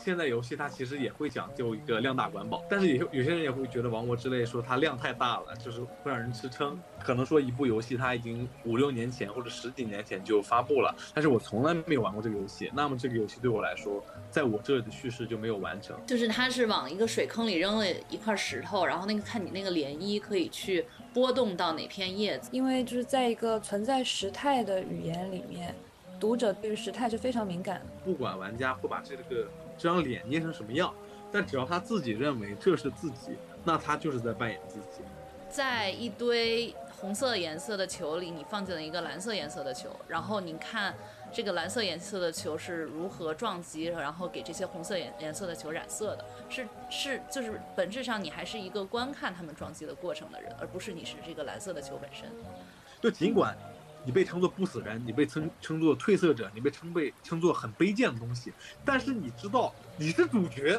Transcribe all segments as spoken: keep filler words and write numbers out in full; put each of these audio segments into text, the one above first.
现在游戏它其实也会讲究一个量大管饱，但是有有些人也会觉得王国之泪说它量太大了，就是会让人吃撑。可能说一部游戏它已经五六年前或者十几年前就发布了，但是我从来没有玩过这个游戏，那么这个游戏对我来说，在我这里的叙事就没有完成。 就是它是往一个水坑里扔了一块石头，然后那个看你那个涟漪可以去波动到哪片叶子。 因为就是在一个存在时态的语言里面，读者对于时态是非常敏感的。 不管玩家会把这个这张脸捏成什么样，但只要他自己认为这是自己，那他就是在扮演自己。 在一堆红色颜色的球里，你放进了一个蓝色颜色的球，然后你看这个蓝色颜色的球是如何撞击，然后给这些红色颜色的球染色的，是是就是本质上你还是一个观看他们撞击的过程的人，而不是你是这个蓝色的球本身。 就尽管你被称作不死人，你被称称作褪色者，你被称被称作很卑贱的东西，但是你知道你是主角。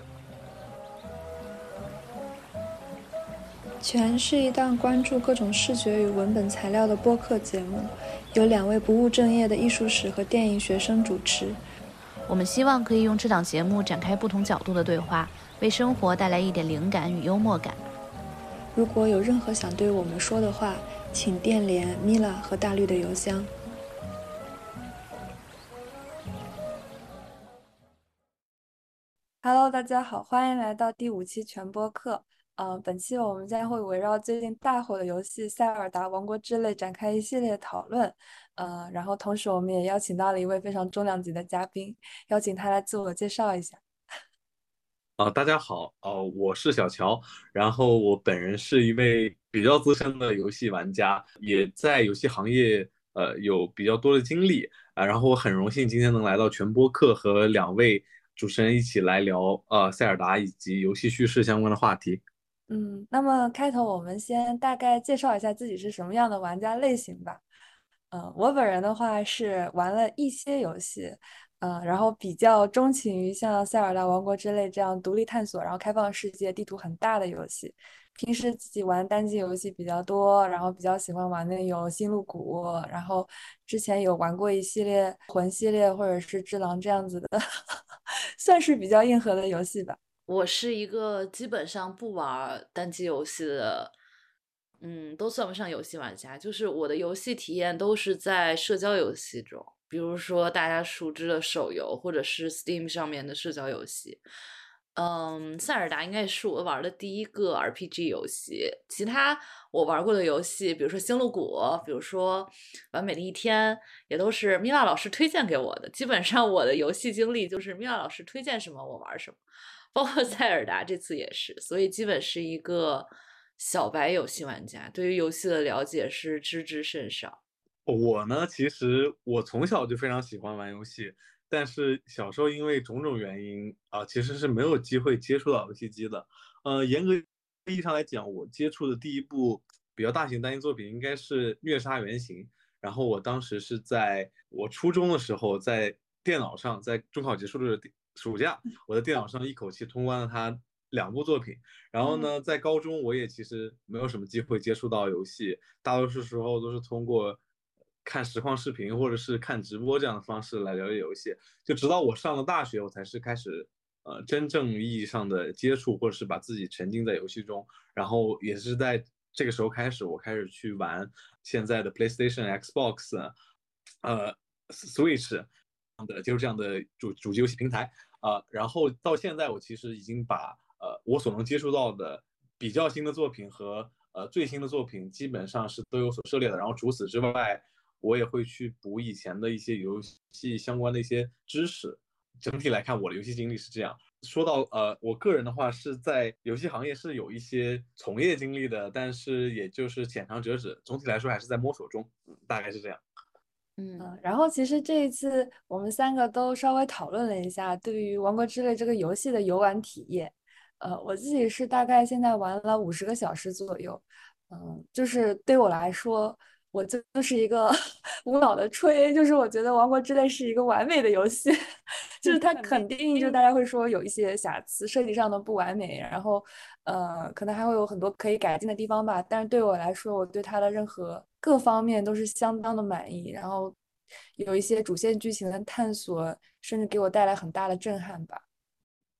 全是一档关注各种视觉与文本材料的播客节目，由两位不务正业的艺术史和电影学生主持。 我们希望可以用这档节目展开不同角度的对话，为生活带来一点灵感与幽默感。 如果有任何想对我们说的话，请电联米拉和大绿的邮箱。Hello， 大家好，欢迎来到第五期全播客。呃，本期我们将会围绕最近大火的游戏《塞尔达王国之泪》展开一系列讨论。呃，然后同时我们也邀请到了一位非常重量级的嘉宾，邀请他来自我介绍一下。 啊、呃，大家好，呃，我是小乔，然后我本人是一位比较资深的游戏玩家，也在游戏行业呃有比较多的经历啊、呃，然后我很荣幸今天能来到全播客和两位主持人一起来聊呃塞尔达以及游戏叙事相关的话题。 嗯，那么开头我们先大概介绍一下自己是什么样的玩家类型吧。嗯、呃，我本人的话是玩了一些游戏，嗯、呃，然后比较钟情于像《塞尔达王国之泪》这样独立探索，然后开放世界、地图很大的游戏。平时自己玩单机游戏比较多，然后比较喜欢玩的有星露谷，然后之前有玩过一系列魂系列或者是只狼这样子的，算是比较硬核的游戏吧。 我是一个基本上不玩单机游戏的，嗯，都算不上游戏玩家。就是我的游戏体验都是在社交游戏中，比如说大家熟知的手游，或者是 Steam 上面的社交游戏。嗯，塞尔达应该是我玩的第一个 R P G 游戏。其他我玩过的游戏，比如说星露谷，比如说完美的一天，也都是米拉老师推荐给我的。基本上我的游戏经历就是米拉老师推荐什么我玩什么。包括塞尔达这次也是，所以基本是一个小白游戏玩家，对于游戏的了解是知之甚少。 我呢，其实我从小就非常喜欢玩游戏，但是小时候因为种种原因啊、其实是没有机会接触到游戏机的。呃，严格意义上来讲，我接触的第一部比较大型单机作品应该是《虐杀原型》，然后我当时是在我初中的时候，在电脑上，在中考结束的暑假，我在电脑上一口气通关了它两部作品。然后呢，在高中我也其实没有什么机会接触到游戏，大多数时候都是通过看实况视频或者是看直播这样的方式来了解游戏。就直到我上了大学，我才是开始呃真正意义上的接触，或者是把自己沉浸在游戏中。然后也是在这个时候开始，我开始去玩现在的 PlayStation、Xbox、呃 Switch 的，就是这样的主主机游戏平台。啊、呃，然后到现在，我其实已经把呃我所能接触到的比较新的作品和呃最新的作品基本上是都有所涉猎的。然后除此之外，我也会去补以前的一些游戏相关的一些知识。整体来看，我的游戏经历是这样。说到呃，我个人的话是在游戏行业是有一些从业经历的，但是也就是浅尝辄止。总体来说还是在摸索中，嗯，大概是这样。 嗯， 嗯，然后其实这一次我们三个都稍微讨论了一下对于《王国之泪》这个游戏的游玩体验。呃，我自己是大概现在玩了五十个小时左右。嗯，就是对我来说，我就就是一个无脑的吹，就是我觉得《王国之泪》是一个完美的游戏，就是它肯定就大家会说有一些瑕疵，设计上的不完美，然后呃，可能还会有很多可以改进的地方吧。但是对我来说，我对它的任何各方面都是相当的满意，然后有一些主线剧情的探索，甚至给我带来很大的震撼吧。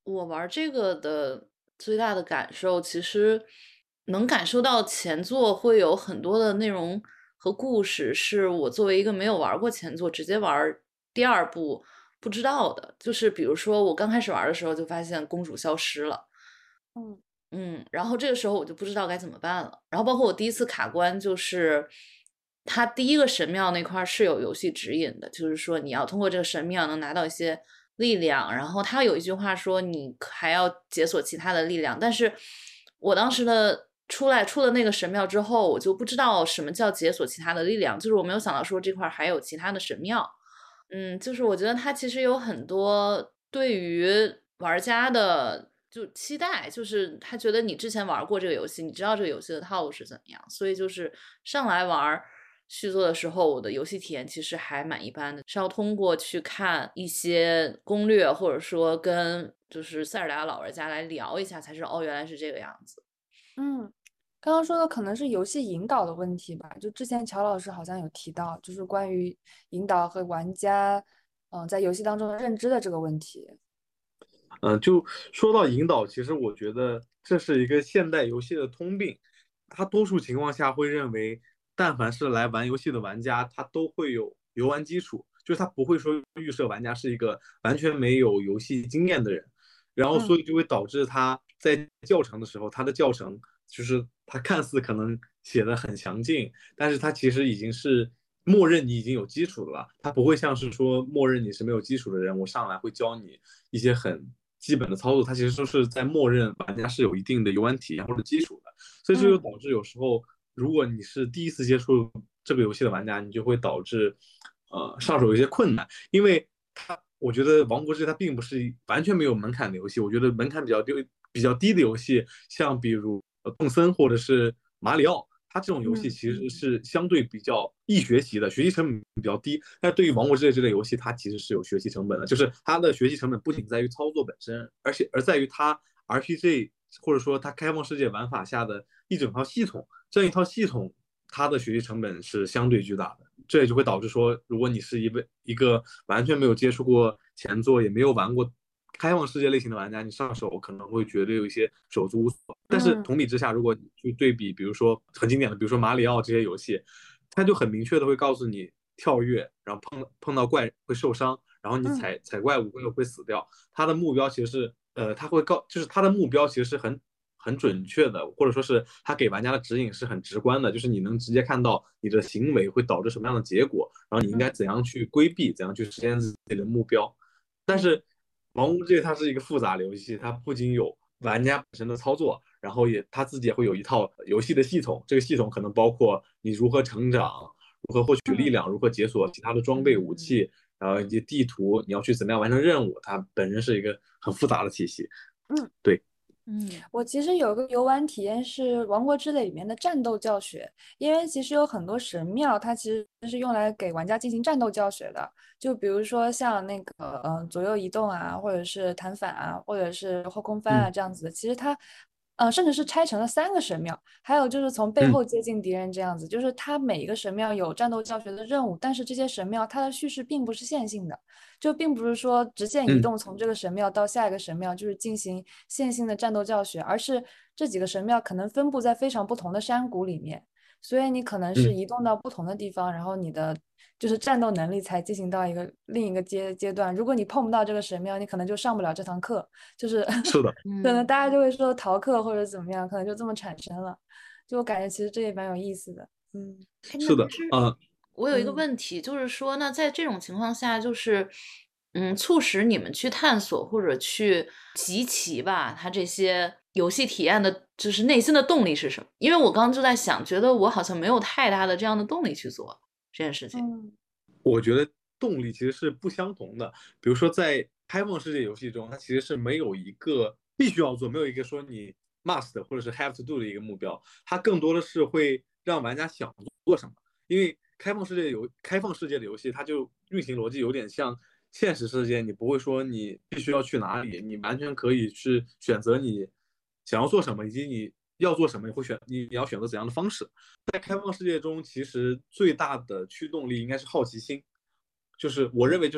我玩这个的最大的感受，其实能感受到前作会有很多的内容和故事，是我作为一个没有玩过前作，直接玩第二部不知道的。就是比如说，我刚开始玩的时候就发现公主消失了。 嗯嗯，然后这个时候我就不知道该怎么办了。然后包括我第一次卡关，就是它第一个神庙那块是有游戏指引的，就是说你要通过这个神庙能拿到一些力量。然后它有一句话说你还要解锁其他的力量，但是我当时的出来出了那个神庙之后，我就不知道什么叫解锁其他的力量，就是我没有想到说这块还有其他的神庙。嗯，就是我觉得它其实有很多对于玩家的就期待，就是他觉得你之前玩过这个游戏，你知道这个游戏的套路是怎么样，所以就是上来玩续作的时候，我的游戏体验其实还蛮一般的，是要通过去看一些攻略，或者说跟就是塞尔达老玩家来聊一下，才知道哦原来是这个样子。 嗯，刚刚说的可能是游戏引导的问题吧，就之前乔老师好像有提到，就是关于引导和玩家，嗯、在游戏当中的认知的这个问题。 嗯、呃就说到引导，其实我觉得这是一个现代游戏的通病。他多数情况下会认为，但凡是来玩游戏的玩家，他都会有游玩基础，就是他不会说预设玩家是一个完全没有游戏经验的人，然后所嗯以就会导致他在教程的时候，他的教程就是他看似可能写的很详尽，但是他其实已经是默认你已经有基础的了，他不会像是说默认你是没有基础的人，我上来会教你一些很基本的操作，他其实都是在默认玩家是有一定的游玩体验或者基础的，所以这就嗯导致有时候如果你是第一次接触这个游戏的玩家，你就会导致呃上手有一些困难，因为它我觉得《王国之泪》它并不是完全没有门槛的游戏，我觉得门槛比较低比较低的游戏，像比如呃动森或者是马里奥，它这种游戏嗯其实是相对比较易学习的，学习成本比较低。但对于《王国之泪》这类游戏，它其实是有学习成本的，就是它的学习成本不仅在于操作本身，而且而在于它 R P G 或者说它开放世界玩法下的一整套系统，这样一套系统它的学习成本是相对巨大的。这也就会导致说，如果你是一位一个完全没有接触过前作，也没有玩过开放世界类型的玩家，你上手可能会觉得有一些手足无措。但是嗯同比之下，如果你去对比，比如说很经典的，比如说马里奥这些游戏，它就很明确的会告诉你跳跃，然后碰碰到怪会受伤，然后你嗯踩踩怪物会会死掉。它的目标其实是呃，它会告，就是它的目标其实是很很准确的，或者说是它给玩家的指引是很直观的，就是你能直接看到你的行为会导致什么样的结果，然后你应该嗯怎样去规避，怎样去实现自己的目标。但嗯是《王国之泪》它是一个复杂的游戏，它不仅有玩家本身的操作，然后也它自己也会有一套游戏的系统，这个系统可能包括你如何成长，如何获取力嗯量，如何解锁其他的装备武嗯器，然后以及地图，你要去怎么样完成任务，它本身是一个很复杂的体系。 嗯。 对， 嗯我其实有个游玩体验是《王国之泪》里面的战斗教学，因为其实有很多神庙，它其实是用来给玩家进行战斗教学的。就比如说像那个嗯、呃左右移动啊，或者是弹反啊，或者是后空翻啊嗯这样子的，其实它呃甚至是拆成了三个神庙，还有就是从背嗯后接近敌人这样子，就是它每一个神庙有战斗教学的任务，但是这些神庙它的叙事并不是线性的。就并不是说直线移嗯动从这个神庙到下一个神庙，就是进行线性的战斗教学，而是这几个神庙可能分布在非常不同的山谷里面，所以你可能是嗯， 移动到不同的地方，然后你的就是战斗能力才进行到一个另一个阶阶段。如果你碰不到这个神庙，你可能就上不了这堂课，就是是的， 可能嗯。 大家就会说逃课或者怎么样，可能就这么产生了。就我感觉其实这也蛮有意思的，嗯哎，那是的， 其实呃， 我有一个嗯。 问题，就是说，那在这种情况下，就是嗯，促使你们去探索或者去集齐吧，它这些游戏体验的，就是内心的动力是什么？因为我刚刚就在想，觉得我好像没有太大的这样的动力去做这件事情。 嗯我觉得动力其实是不相同的。比如说在开放世界游戏中，它其实是没有一个必须要做，没有一个说你 must 或者是 have to do 的一个目标，它更多的是会让玩家想做什么。因为开放世界游开放世界的游戏，它就运行逻辑有点像现实世界，你不会说你必须要去哪里，你完全可以去选择你想要做什么，以及你要做什么，你会选你你要选择怎样的方式。在开放世界中，其实最大的驱动力应该是好奇心，就是我认为就是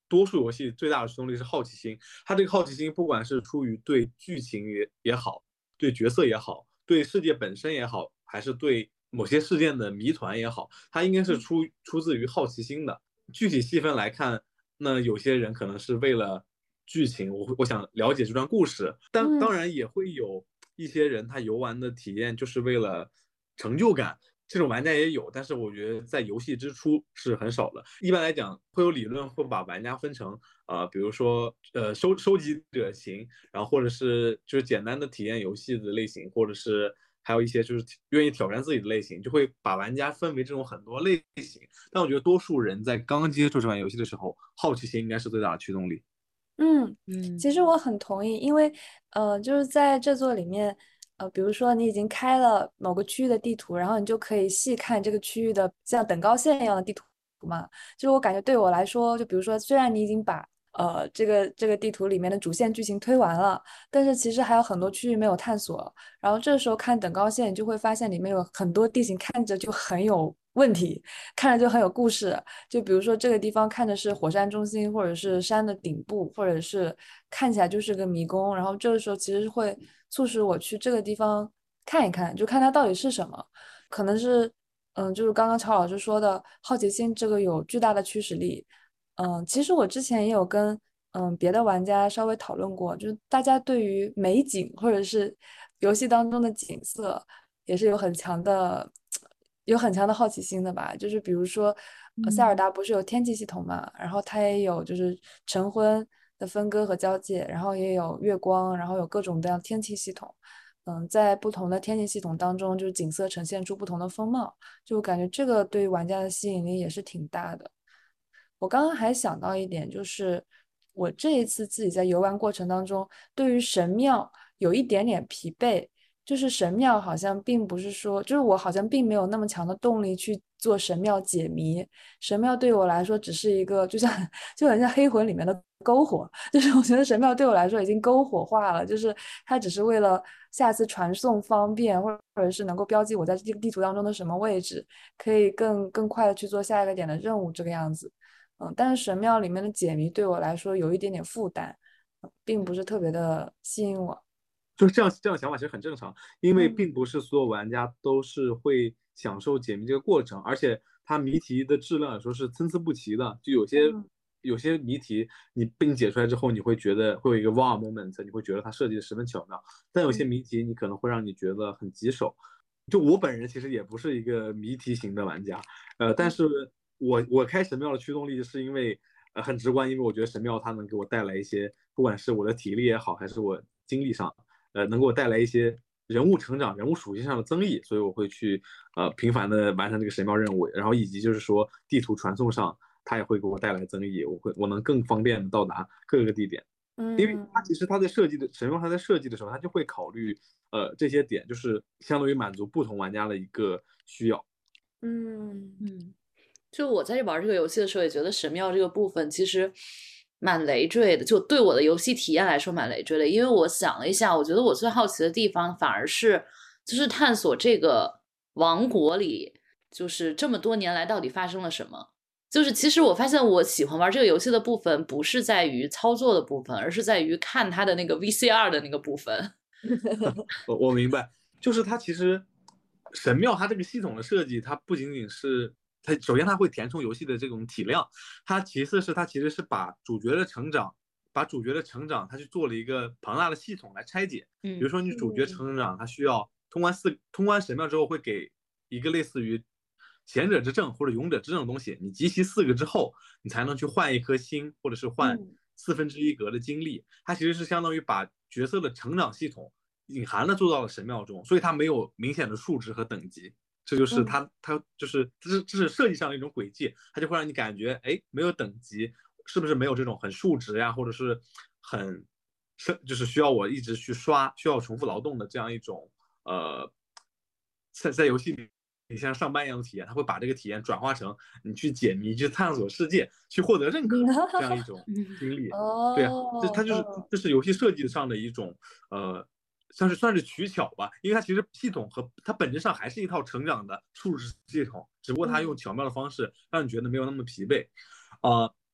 多数游戏最大的驱动力是好奇心。它这个好奇心，不管是出于对剧情也也好，对角色也好，对世界本身也好，还是对某些事件的谜团也好，它应该是出出自于好奇心的。具体细分来看，那有些人可能是为了剧情，我我想了解这段故事，但当然也会有一些人他游玩的体验就是为了成就感，这种玩家也有，但是我觉得在游戏之初是很少的。一般来讲，会有理论会把玩家分成呃，比如说呃收收集者型，然后或者是就是简单的体验游戏的类型，或者是还有一些就是愿意挑战自己的类型，就会把玩家分为这种很多类型。但我觉得多数人在刚接触这款游戏的时候，好奇心应该是最大的驱动力。 嗯， 嗯， 其实我很同意，因为呃，就是在这座里面，呃，比如说你已经开了某个区域的地图，然后你就可以细看这个区域的像等高线一样的地图嘛。就是我感觉对我来说，就比如说，虽然你已经把呃这个这个地图里面的主线剧情推完了，但是其实还有很多区域没有探索。然后这时候看等高线，你就会发现里面有很多地形看着就很有问题，看着就很有故事。就比如说这个地方看的是火山中心，或者是山的顶部，或者是看起来就是个迷宫，然后这个时候其实会促使我去这个地方看一看，就看它到底是什么。可能是，嗯，就是刚刚乔老师说的好奇心，这个有巨大的驱使力。嗯，其实我之前也有跟嗯别的玩家稍微讨论过，就是大家对于美景或者是游戏当中的景色也是有很强的有很强的好奇心的吧。就是比如说，呃塞尔达不是有天气系统嘛，然后它也有就是晨昏的分割和交界，然后也有月光，然后有各种各样天气系统。嗯，在不同的天气系统当中，就是景色呈现出不同的风貌，就感觉这个对于玩家的吸引力也是挺大的。我刚刚还想到一点，就是我这一次自己在游玩过程当中，对于神庙有一点点疲惫。就是神庙好像并不是说，就是我好像并没有那么强的动力去做神庙解谜。神庙对我来说只是一个，就像就很像黑魂里面的篝火，就是我觉得神庙对我来说已经篝火化了，就是它只是为了下次传送方便，或者或者是能够标记我在这个地图当中的什么位置，可以更更快的去做下一个点的任务这个样子。嗯，但是神庙里面的解谜对我来说有一点点负担，并不是特别的吸引我。 就是这样，这样想法其实很正常，因为嗯并不是所有玩家都是会享受解谜这个过程，而且它谜题的质量有时候是参差不齐的，就有些嗯有些谜题你被你解出来之后，你会觉得会有一个 wow moment，你会觉得它设计的十分巧妙，但有些嗯谜题你可能会让你觉得很棘手。就我本人其实也不是一个谜题型的玩家，呃，但嗯是我我开神庙的驱动力是因为呃很直观，因为我觉得神庙它能给我带来一些，不管是我的体力也好，还是我精力上。呃，能给我带来一些人物成长、人物属性上的增益，所以我会去呃频繁的完成这个神庙任务，然后以及就是说地图传送上，它也会给我带来增益，我会我能更方便的到达各个地点，因为它嗯其实它在设计的神庙它在设计的时候，它就会考虑呃这些点，就是相当于满足不同玩家的一个需要。 嗯嗯，就我在玩这个游戏的时候，也觉得神庙这个部分其实蛮累赘的，就对我的游戏体验来说蛮累赘的。因为我想了一下，我觉得我最好奇的地方反而是就是探索这个王国里，就是这么多年来到底发生了什么。就是其实我发现我喜欢玩这个游戏的部分，不是在于操作的部分，而是在于看它的那个 V C R 的那个部分。 我我明白，就是它其实神庙它这个系统的设计，它不仅仅是它首先它会填充游戏的这种体量，它其次是它其实是把主角的成长，把主角的成长，它去做了一个庞大的系统来拆解。比如嗯说你主角嗯成长，它需要通关四通关神庙之后会给一个类似于贤者之证或者勇者之证的东西，你集齐四个之后，你才能去换一颗星，或者是换嗯四分之一格的精力。它其实是相当于把角色的成长系统隐含的做到了神庙中，所以它没有明显的数值和等级。这就是嗯它，它就是这是这是设计上的一种轨迹，它就会让你感觉，哎，没有等级，是不是没有这种很数值呀，或者是很是就是需要我一直去刷，需要重复劳动的这样一种呃，在在游戏里你像上班一样的体验，它会把这个体验转化成你去解谜、去探索世界、去获得认可这样一种经历。对啊，这它就是哦哦这是游戏设计上的一种呃，算是算是取巧吧，因为它其实系统和它本质上还是一套成长的数值系统，只不过它用嗯巧妙的方式让你觉得没有那么疲惫。呃，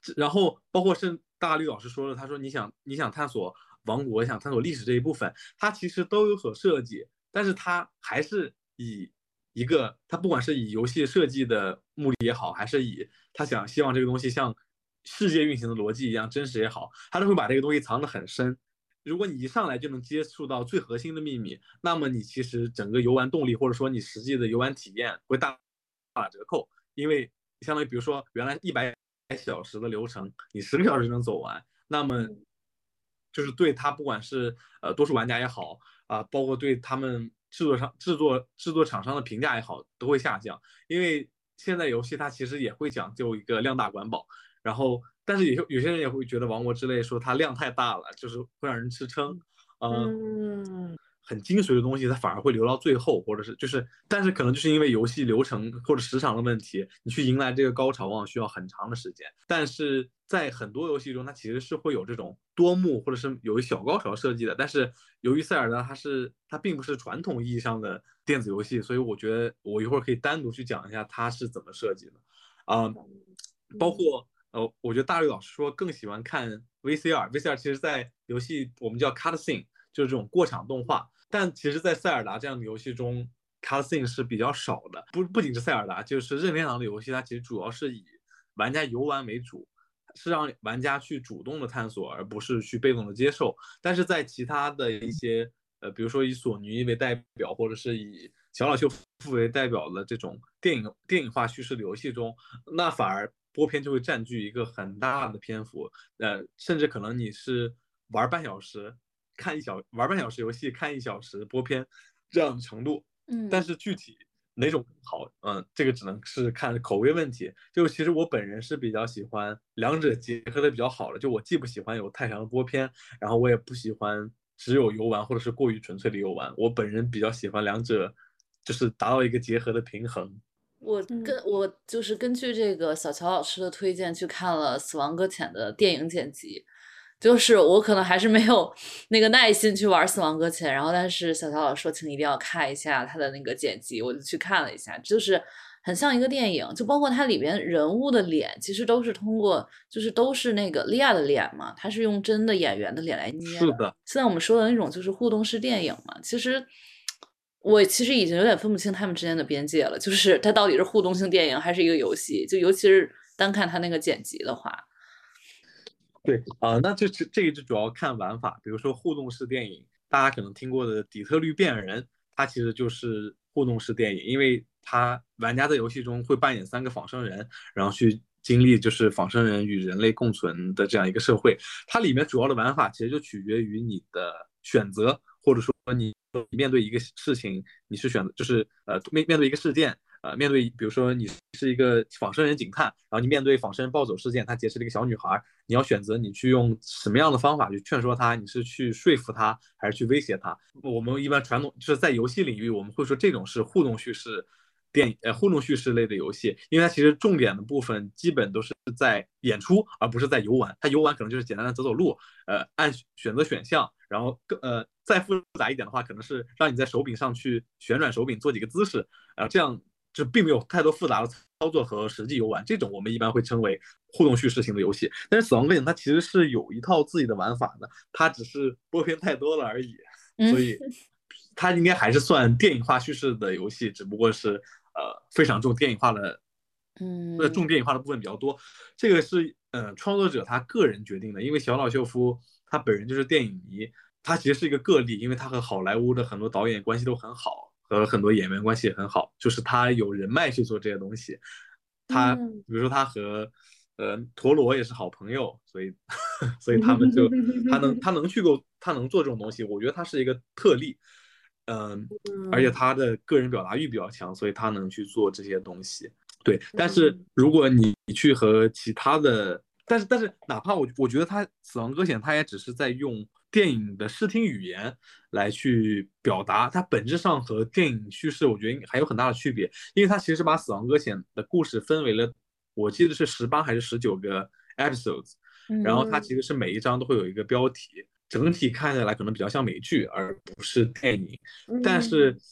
然后包括是大绿老师说了，他说你想你想探索王国，想探索历史这一部分，它其实都有所设计，但是它还是以一个，它不管是以游戏设计的目的也好，还是以他想希望这个东西像世界运行的逻辑一样真实也好，他都会把这个东西藏得很深。如果你一上来就能接触到最核心的秘密，那么你其实整个游玩动力或者说你实际的游玩体验会大打折扣，因为相当于比如说原来一百小时的流程，你十个小时就能走完，那么就是对他不管是呃多数玩家也好啊、呃，包括对他们制作商制作制作厂商的评价也好，都会下降，因为现在游戏它其实也会讲究一个量大管饱，然后但是有有些人也会觉得王国之泪说它量太大了，就是会让人吃撑，呃， 嗯， 很精髓的东西它反而会留到最后，或者是就是，但是可能就是因为游戏流程或者时长的问题，你去迎来这个高潮往往需要很长的时间。但是在很多游戏中，它其实是会有这种多幕或者是有一小高潮设计的。但是由于塞尔达它是它并不是传统意义上的电子游戏，所以我觉得我一会儿可以单独去讲一下它是怎么设计的。啊、呃，包括呃，我觉得大绿老师说更喜欢看 V C R，V C R 其实在游戏我们叫 cutscene，就是这种过场动画。但其实，在塞尔达这样的游戏中 cutscene 是比较少的。不不仅是塞尔达，就是任天堂的游戏，它其实主要是以玩家游玩为主，是让玩家去主动的探索，而不是去被动的接受。但是在其他的一些呃，比如说以索尼为代表，或者是以小岛秀夫为代表的这种电影电影化叙事的游戏中，那反而播片就会占据一个很大的篇幅，呃，甚至可能你是玩半小时，看一小玩半小时游戏，看一小时播片这样的程度。 嗯， 但是具体哪种好，嗯，这个只能是看口味问题。就其实我本人是比较喜欢两者结合的比较好的，就我既不喜欢有太长的播片，然后我也不喜欢只有游玩或者是过于纯粹的游玩。我本人比较喜欢两者，就是达到一个结合的平衡。 我跟我就是根据这个小乔老师的推荐去看了《死亡搁浅》的电影剪辑，就是我可能还是没有那个耐心去玩《死亡搁浅》，然后但是小乔老师说请你一定要看一下他的那个剪辑，我就去看了一下，就是很像一个电影，就包括它里边人物的脸，其实都是通过就是都是那个利亚的脸嘛，他是用真的演员的脸来捏的。 是的， 现在我们说的那种就是互动式电影嘛，其实。我其实已经有点分不清他们之间的边界了，就是它到底是互动性电影还是一个游戏，就尤其是单看它那个剪辑的话。 对啊、呃，那就是这个就主要看玩法，比如说互动式电影，大家可能听过的底特律变人，它其实就是互动式电影，因为它玩家在游戏中会扮演三个仿生人，然后去经历就是仿生人与人类共存的这样一个社会。它里面主要的玩法其实就取决于你的选择，或者说你面对一个事情，你是选择就是呃面面对一个事件。呃，面对比如说你是一个仿生人警探，然后你面对仿生人暴走事件，他劫持了一个小女孩，你要选择你去用什么样的方法去劝说他，你是去说服他，还是去威胁他？我们一般传统就是在游戏领域，我们会说这种是互动叙事电影呃互动叙事类的游戏，因为它其实重点的部分基本都是在演出，而不是在游玩。它游玩可能就是简单的走走路，呃，按选择选项，然后更呃再复杂一点的话，可能是让你在手柄上去旋转手柄做几个姿势，然后这样就并没有太多复杂的操作和实际游玩，这种我们一般会称为互动叙事型的游戏。但是《死亡搁浅》它其实是有一套自己的玩法的，它只是播片太多了而已，所以它应该还是算电影化叙事的游戏，只不过是呃非常重电影化的，呃重电影化的部分比较多。这个是呃创作者他个人决定的，因为小岛秀夫他本人就是电影迷，他其实是一个个例，因为他和好莱坞的很多导演关系都很好，和很多演员关系也很好，就是他有人脉去做这些东西。他比如说他和呃陀螺也是好朋友，所以所以他们就他能他能去够他能做这种东西，我觉得他是一个特例，嗯、呃，而且他的个人表达欲比较强，所以他能去做这些东西。对，但是如果你去和其他的，但是但是哪怕我我觉得他《死亡搁浅》，他也只是在用电影的视听语言来去表达，它本质上和电影叙事我觉得还有很大的区别，因为它其实是把《死亡搁浅》的故事分为了，我记得是十八还是十九个 episodes，然后它其实是每一章都会有一个标题，整体看下来可能比较像美剧而不是电影，但是。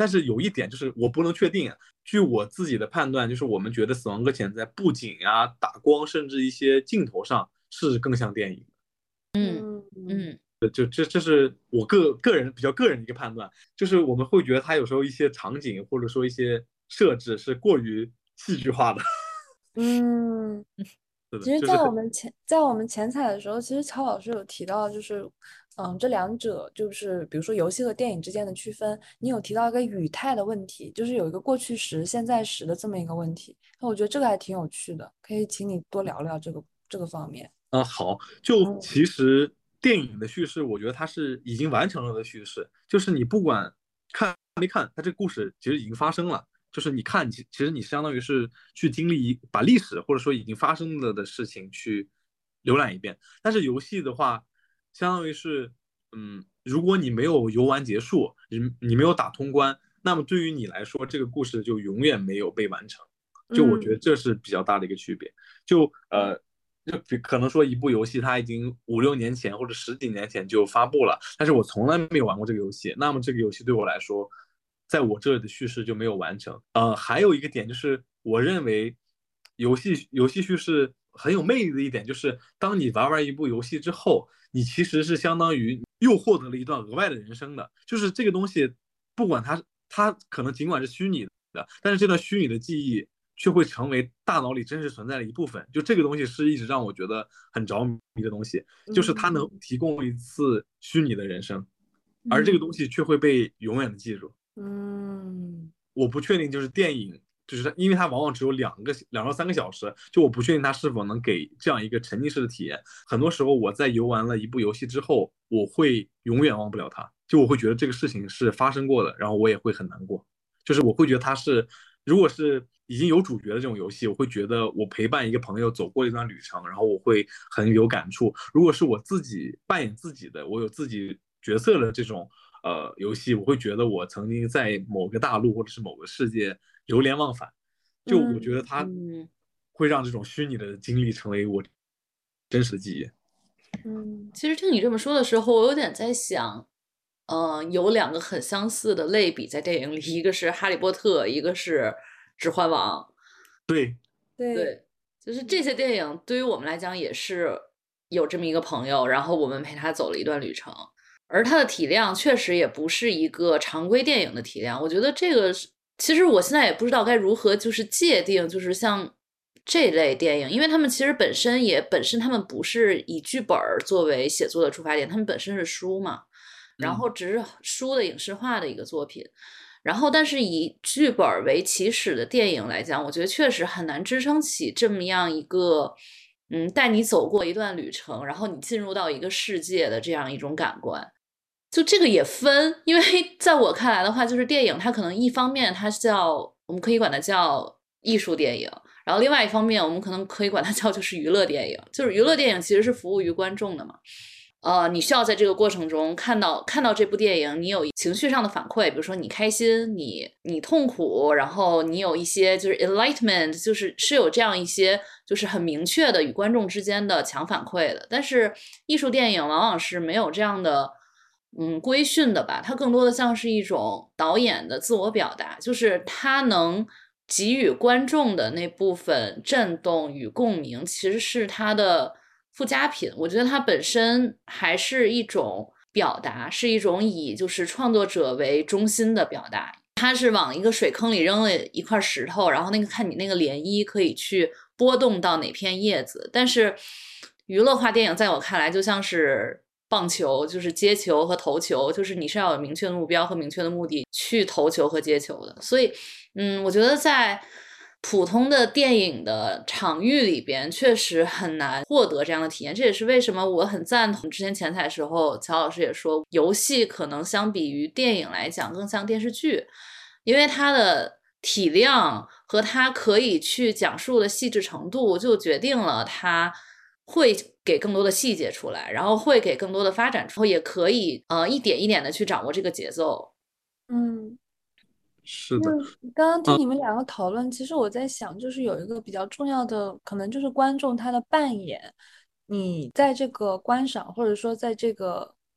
但是有一点就是我不能确定，据我自己的判断，就是我们觉得《死亡搁浅》在布景啊、打光，甚至一些镜头上是更像电影。 嗯嗯嗯， 就这这是我个个人比较个人的一个判断，就是我们会觉得它有时候一些场景或者说一些设置是过于戏剧化的。 嗯。 是的， 其实，在我就是很们前在我们前采的时候，其实曹老师有提到，就是，嗯，这两者就是比如说游戏和电影之间的区分。你有提到一个语态的问题，就是有一个过去时、现在时的这么一个问题。那我觉得这个还挺有趣的，可以请你多聊聊这个这个方面。 嗯，好，就嗯其实电影的叙事，我觉得它是已经完成了的叙事，就是你不管看没看，它这个故事其实已经发生了。就是你看，其其实你相当于是去经历一把历史或者说已经发生了的事情去浏览一遍。但是游戏的话，相当于是，嗯，如果你没有游玩结束，你你没有打通关，那么对于你来说，这个故事就永远没有被完成。就我觉得嗯这是比较大的一个区别。就呃，就可能说一部游戏它已经五六年前或者十几年前就发布了，但是我从来没有玩过这个游戏，那么这个游戏对我来说，在我这里的叙事就没有完成。呃，还有一个点就是，我认为游戏游戏叙事很有魅力的一点就是，当你玩完一部游戏之后，你其实是相当于又获得了一段额外的人生的，就是这个东西，不管它它可能尽管是虚拟的，但是这段虚拟的记忆却会成为大脑里真实存在的一部分。就这个东西是一直让我觉得很着迷的东西，就是它能嗯提供一次虚拟的人生，而这个东嗯西却会被永远的记住。 嗯我不确定，就是电影，就是它因为它往往只有两个两到三个小时，就我不确定它是否能给这样一个沉浸式的体验。很多时候我在游玩了一部游戏之后，我会永远忘不了它，就我会觉得这个事情是发生过的，然后我也会很难过。就是我会觉得它是，如果是已经有主角的这种游戏，我会觉得我陪伴一个朋友走过一段旅程，然后我会很有感触。如果是我自己扮演自己的，我有自己角色的这种呃游戏，我会觉得我曾经在某个大陆或者是某个世界流连忘返。就我觉得嗯它嗯。 会让这种虚拟的经历成为我真实的记忆。 嗯其实听你这么说的时候，我有点在想，呃，有两个很相似的类比在电影里，一个是《哈利波特》，一个是《指环王》。 对， 对。 对，就是这些电影对于我们来讲也是有这么一个朋友，然后我们陪他走了一段旅程，而它的体量确实也不是一个常规电影的体量。我觉得这个是，其实我现在也不知道该如何就是界定，就是像这类电影，因为他们其实本身也本身他们不是以剧本作为写作的出发点，他们本身是书嘛，然后嗯只是书的影视化的一个作品。然后，但是以剧本为起始的电影来讲，我觉得确实很难支撑起这么样一个，嗯，带你走过一段旅程，然后你进入到一个世界的这样一种感官。就这个也分，因为在我看来的话，就是电影它可能一方面它叫我们可以管它叫艺术电影，然后另外一方面我们可能可以管它叫就是娱乐电影，就是娱乐电影其实是服务于观众的嘛。呃，你需要在这个过程中看到看到这部电影，你有情绪上的反馈，比如说你开心，你你痛苦，然后你有一些就是 enlightenment，就是是有这样一些就是很明确的与观众之间的强反馈的。但是艺术电影往往是没有这样的嗯规训的吧，它更多的像是一种导演的自我表达，就是他能给予观众的那部分震动与共鸣，其实是他的附加品。我觉得它本身还是一种表达，是一种以就是创作者为中心的表达。它是往一个水坑里扔了一块石头，然后那个看你那个涟漪可以去波动到哪片叶子。但是娱乐化电影在我看来就像是棒球，就是接球和投球，就是你是要有明确的目标和明确的目的去投球和接球的。所以，嗯，我觉得在普通的电影的场域里边，确实很难获得这样的体验。这也是为什么我很赞同之前前采的时候，乔老师也说，游戏可能相比于电影来讲更像电视剧，因为它的体量和它可以去讲述的细致程度，就决定了它会给更多的细节出来，然后会给更多的发展出来，也可以呃一点一点的去掌握这个节奏。 嗯。 是的， 嗯，刚刚听你们两个讨论，其实我在想，就是有一个比较重要的，可能就是观众他的扮演。你在这个观赏，或者说在这个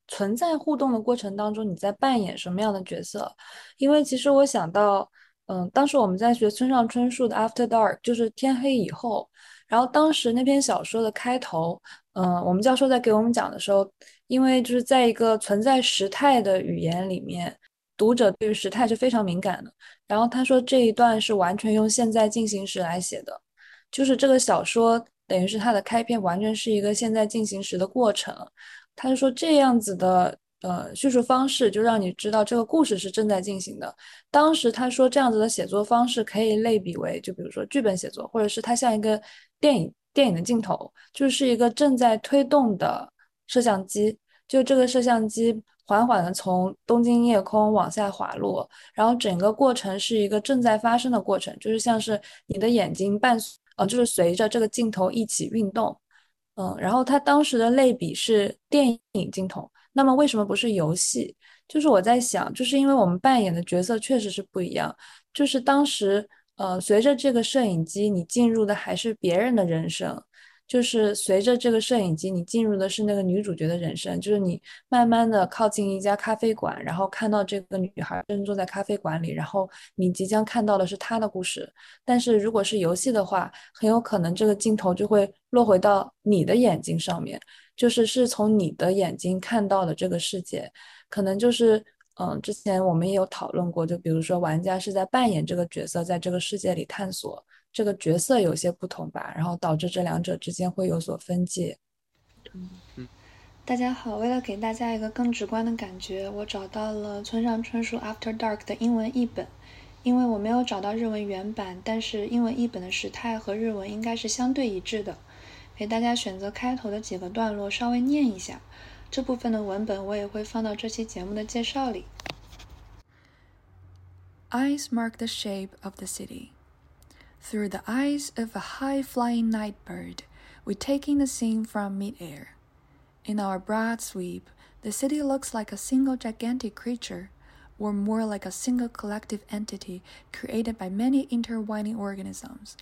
存在互动的过程当中，你在扮演什么样的角色？因为其实我想到，嗯，当时我们在学村上春树的《After Dark》，就是天黑以后。然后当时那篇小说的开头，嗯，我们教授在给我们讲的时候，因为就是在一个存在时态的语言里面，读者对于时态是非常敏感的。然后他说这一段是完全用现在进行时来写的，就是这个小说等于是它的开篇完全是一个现在进行时的过程。他就说这样子的呃叙述方式，就让你知道这个故事是正在进行的。当时他说这样子的写作方式可以类比为，就比如说剧本写作，或者是它像一个电影电影的镜头，就是一个正在推动的摄像机，就这个摄像机缓缓的从东京夜空往下滑落，然后整个过程是一个正在发生的过程，就是像是你的眼睛伴呃，就是随着这个镜头一起运动。嗯，然后他当时的类比是电影镜头，那么为什么不是游戏？就是我在想，就是因为我们扮演的角色确实是不一样，就是当时呃，随着这个摄影机，你进入的还是别人的人生，就是随着这个摄影机，你进入的是那个女主角的人生，就是你慢慢的靠近一家咖啡馆，然后看到这个女孩正坐在咖啡馆里，然后你即将看到的是她的故事。但是如果是游戏的话，很有可能这个镜头就会落回到你的眼睛上面，就是是从你的眼睛看到的这个世界，可能就是嗯，之前我们也有讨论过，就比如说玩家是在扮演这个角色，在这个世界里探索。这个角色有些不同吧，然后导致这两者之间会有所分界。 嗯， 大家好，为了给大家一个更直观的感觉，我找到了村上春树《After Dark》的英文译本。因为我没有找到日文原版，但是英文译本的时态和日文应该是相对一致的。给大家选择开头的几个段落稍微念一下，这部分的文本我也会放到这期节目的介绍里。Eyes mark the shape of the city. Through the eyes of a high-flying night bird, we take in the scene from mid-air. In our broad sweep, the city looks like a single gigantic creature, or more like a single collective entity created by many intertwining organisms.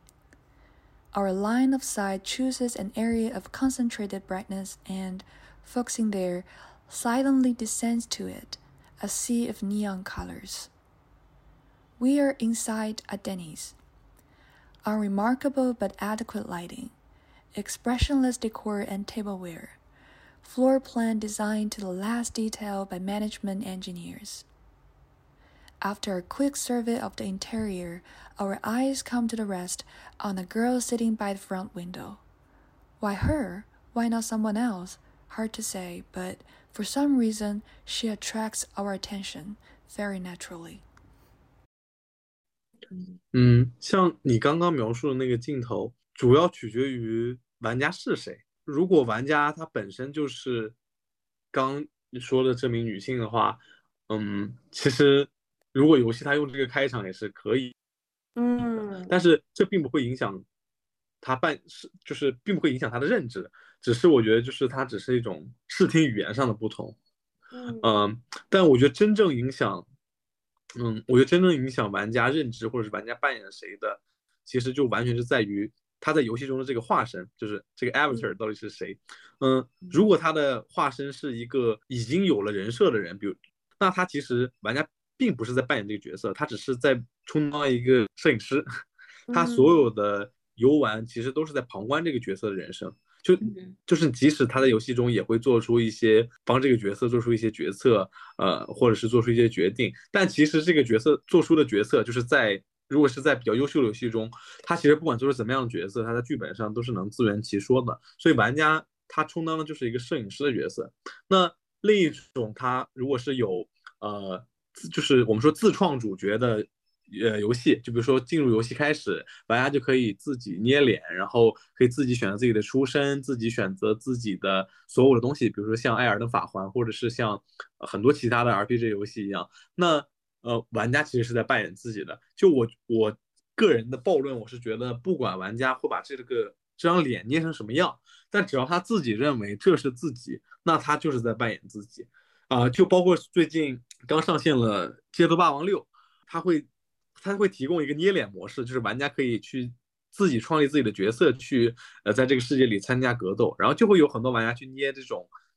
Our line of sight chooses an area of concentrated brightness and, focusing there, silently descends to it, a sea of neon colors. We are inside a Denny's. Unremarkable but adequate lighting, expressionless decor and tableware, floor plan designed to the last detail by management engineers. After a quick survey of the interior, our eyes come to the rest on a girl sitting by the front window. Why her? Why not someone else? Hard to say, but for some reason, she attracts our attention very naturally. 嗯，像你刚刚描述的那个镜头，主要取决于玩家是谁。如果玩家他本身就是刚说的这名女性的话，嗯，其实如果游戏它用这个开场也是可以， 嗯， 但是这并不会影响他扮是，就是并不会影响他的认知，只是我觉得就是它只是一种视听语言上的不同。 嗯嗯，但我觉得真正影响，嗯，我觉得真正影响玩家认知或者是玩家扮演谁的，其实就完全是在于他在游戏中的这个化身，就是这个 avatar 到底是谁。嗯，如果他的化身是一个已经有了人设的人，比如，那他其实玩家并不是在扮演这个角色，他只是在充当一个摄影师，他所有的游玩其实都是在旁观这个角色的人生。就就是即使他在游戏中也会做出一些帮这个角色做出一些决策，呃，或者是做出一些决定，但其实这个角色做出的决策，就是在如果是在比较优秀的游戏中，他其实不管做出怎么样的角色，他在剧本上都是能自圆其说的。所以玩家他充当的就是一个摄影师的角色。那另一种他如果是有呃，就是我们说自创主角的呃游戏，就比如说进入游戏开始，玩家就可以自己捏脸，然后可以自己选择自己的出身，自己选择自己的所有的东西，比如说像《艾尔登法环》，或者是像很多其他的 R P G 游戏一样。那呃，玩家其实是在扮演自己的。就我我个人的暴论，我是觉得不管玩家会把这个这张脸捏成什么样，但只要他自己认为这是自己，那他就是在扮演自己。啊、呃，就包括最近刚上线了《街头霸王六》，他会它会提供一个捏脸模式，就是玩家可以去自己创立自己的角色，去呃在这个世界里参加格斗，然后就会有很多玩家去捏这种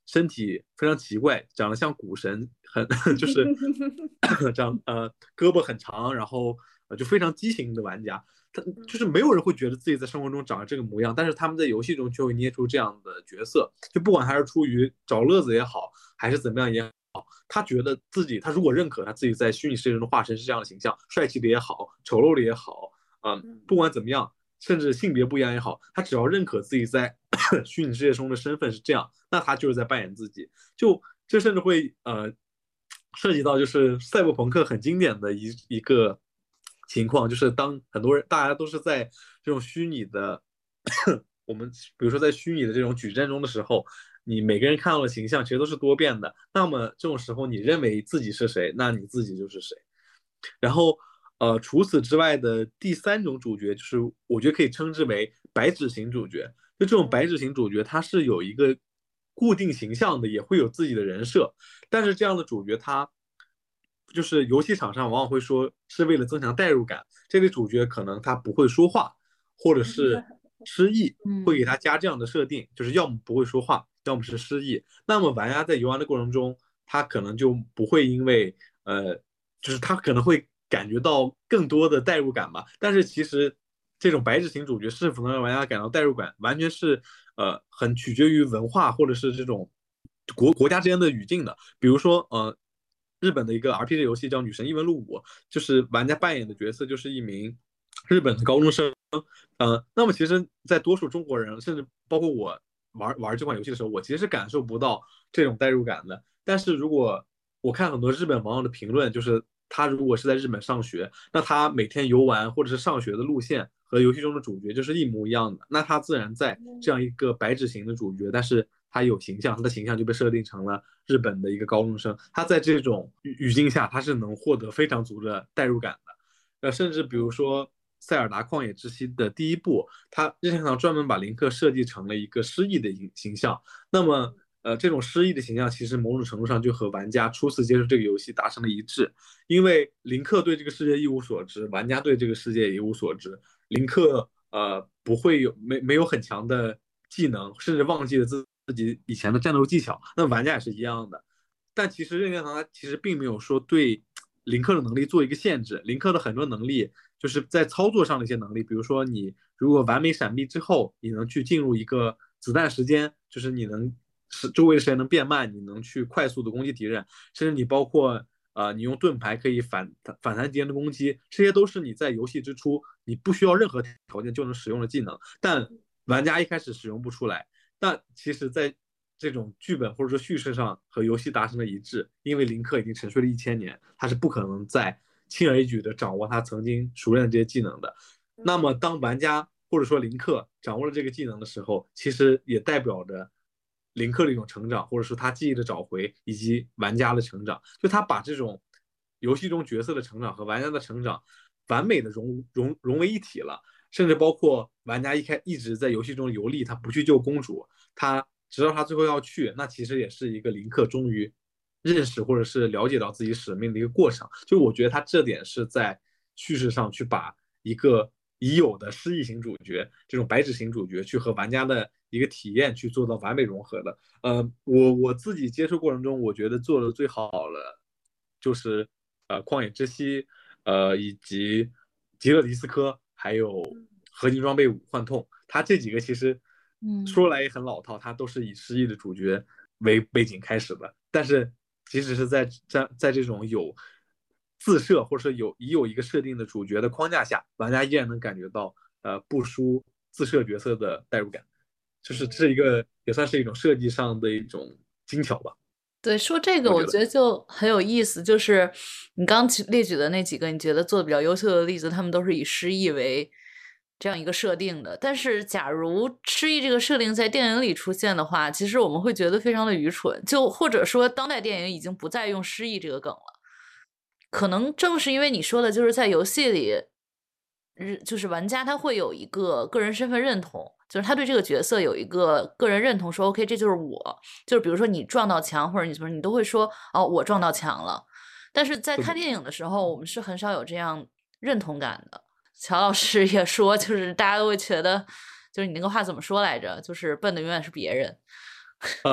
身体非常奇怪，长得像股神，很就是长呃胳膊很长，然后呃就非常畸形的玩家。他就是没有人会觉得自己在生活中长得这个模样，但是他们在游戏中就会捏出这样的角色，就不管他是出于找乐子也好，还是怎么样也好，他觉得自己，他如果认可他自己在虚拟世界中的化身是这样的形象，帅气的也好，丑陋的也好，嗯，不管怎么样，甚至性别不一样也好，他只要认可自己在虚拟世界中的身份是这样，那他就是在扮演自己。就这甚至会呃涉及到就是赛博朋克很经典的一一个情况，就是当很多人大家都是在这种虚拟的我们比如说在虚拟的这种矩阵中的时候，你每个人看到的形象其实都是多变的。那么这种时候，你认为自己是谁，那你自己就是谁。然后，呃，除此之外的第三种主角，就是我觉得可以称之为白纸型主角。就这种白纸型主角，他是有一个固定形象的，也会有自己的人设。但是这样的主角，他就是游戏场上往往会说是为了增强代入感，这位主角可能他不会说话，或者是失忆，会给他加这样的设定，就是要么不会说话，要么是失忆。那么玩家在游玩的过程中，他可能就不会因为呃，就是他可能会感觉到更多的代入感吧。但是其实这种白纸型主角是否能让玩家感到代入感，完全是呃很取决于文化或者是这种国国家之间的语境的。比如说呃。日本的一个 R P G 游戏叫《女神异闻录五》，就是玩家扮演的角色就是一名日本的高中生。呃，那么其实，在多数中国人，甚至包括我玩玩这款游戏的时候，我其实是感受不到这种代入感的。但是如果我看很多日本网友的评论，就是他如果是在日本上学，那他每天游玩或者是上学的路线和游戏中的主角就是一模一样的，那他自然在这样一个白纸型的主角，但是他有形象，他的形象就被设定成了日本的一个高中生，他在这种语境下，他是能获得非常足的代入感的。呃，甚至比如说塞尔达旷野之息的第一部，他任天堂专门把林克设计成了一个失忆的形象。那么，呃，这种失忆的形象其实某种程度上就和玩家初次接触这个游戏达成了一致，因为林克对这个世界一无所知，玩家对这个世界也一无所知。林克呃不会有没没有很强的技能，甚至忘记了自自己以前的战斗技巧，那玩家也是一样的。但其实任天堂它其实并没有说对林克的能力做一个限制，林克的很多能力就是在操作上的一些能力，比如说你如果完美闪避之后，你能去进入一个子弹时间，就是你能是周围的时间能变慢，你能去快速的攻击敌人，甚至你包括呃你用盾牌可以反反弹敌人的攻击，这些都是你在游戏之初你不需要任何条件就能使用的技能，但玩家一开始使用不出来。但其实，在这种剧本或者说叙事上和游戏达成了一致，因为林克已经沉睡了一千年，他是不可能再轻而易举的掌握他曾经熟练的这些技能的。那么，当玩家或者说林克掌握了这个技能的时候，其实也代表着林克的一种成长，或者说他记忆的找回，以及玩家的成长。就他把这种游戏中角色的成长和玩家的成长完美的融融融为一体了。甚至包括玩家一开一直在游戏中游历，他不去救公主，他直到他最后要去，那其实也是一个林克终于认识或者是了解到自己使命的一个过程。就我觉得他这点是在叙事上去把一个已有的失忆型主角，这种白纸型主角，去和玩家的一个体验去做到完美融合的。呃，我我自己接触过程中，我觉得做的最好的就是呃旷野之息，呃以及极乐迪斯科。还有合金装备五幻痛，它这几个其实说来也很老套，它都是以失忆的主角为背景开始的。但是即使是在在在这种有自设或者是有已有一个设定的主角的框架下，玩家依然能感觉到呃不输自设角色的代入感，就是这一个也算是一种设计上的一种精巧吧。 对，说这个我觉得就很有意思，就是你刚列举的那几个你觉得做的比较优秀的例子，他们都是以失忆为这样一个设定的。但是假如失忆这个设定在电影里出现的话，其实我们会觉得非常的愚蠢，就或者说当代电影已经不再用失忆这个梗了。可能正是因为你说的，就是在游戏里，就是玩家他会有一个个人身份认同。就是他对这个角色有一个个人认同，说 OK 这就是我，就是比如说你撞到墙或者你什么，你都会说哦我撞到墙了。但是在看电影的时候，我们是很少有这样认同感的。乔老师也说，就是大家都会觉得，就是你那个话怎么说来着？就是笨的永远是别人。 呃，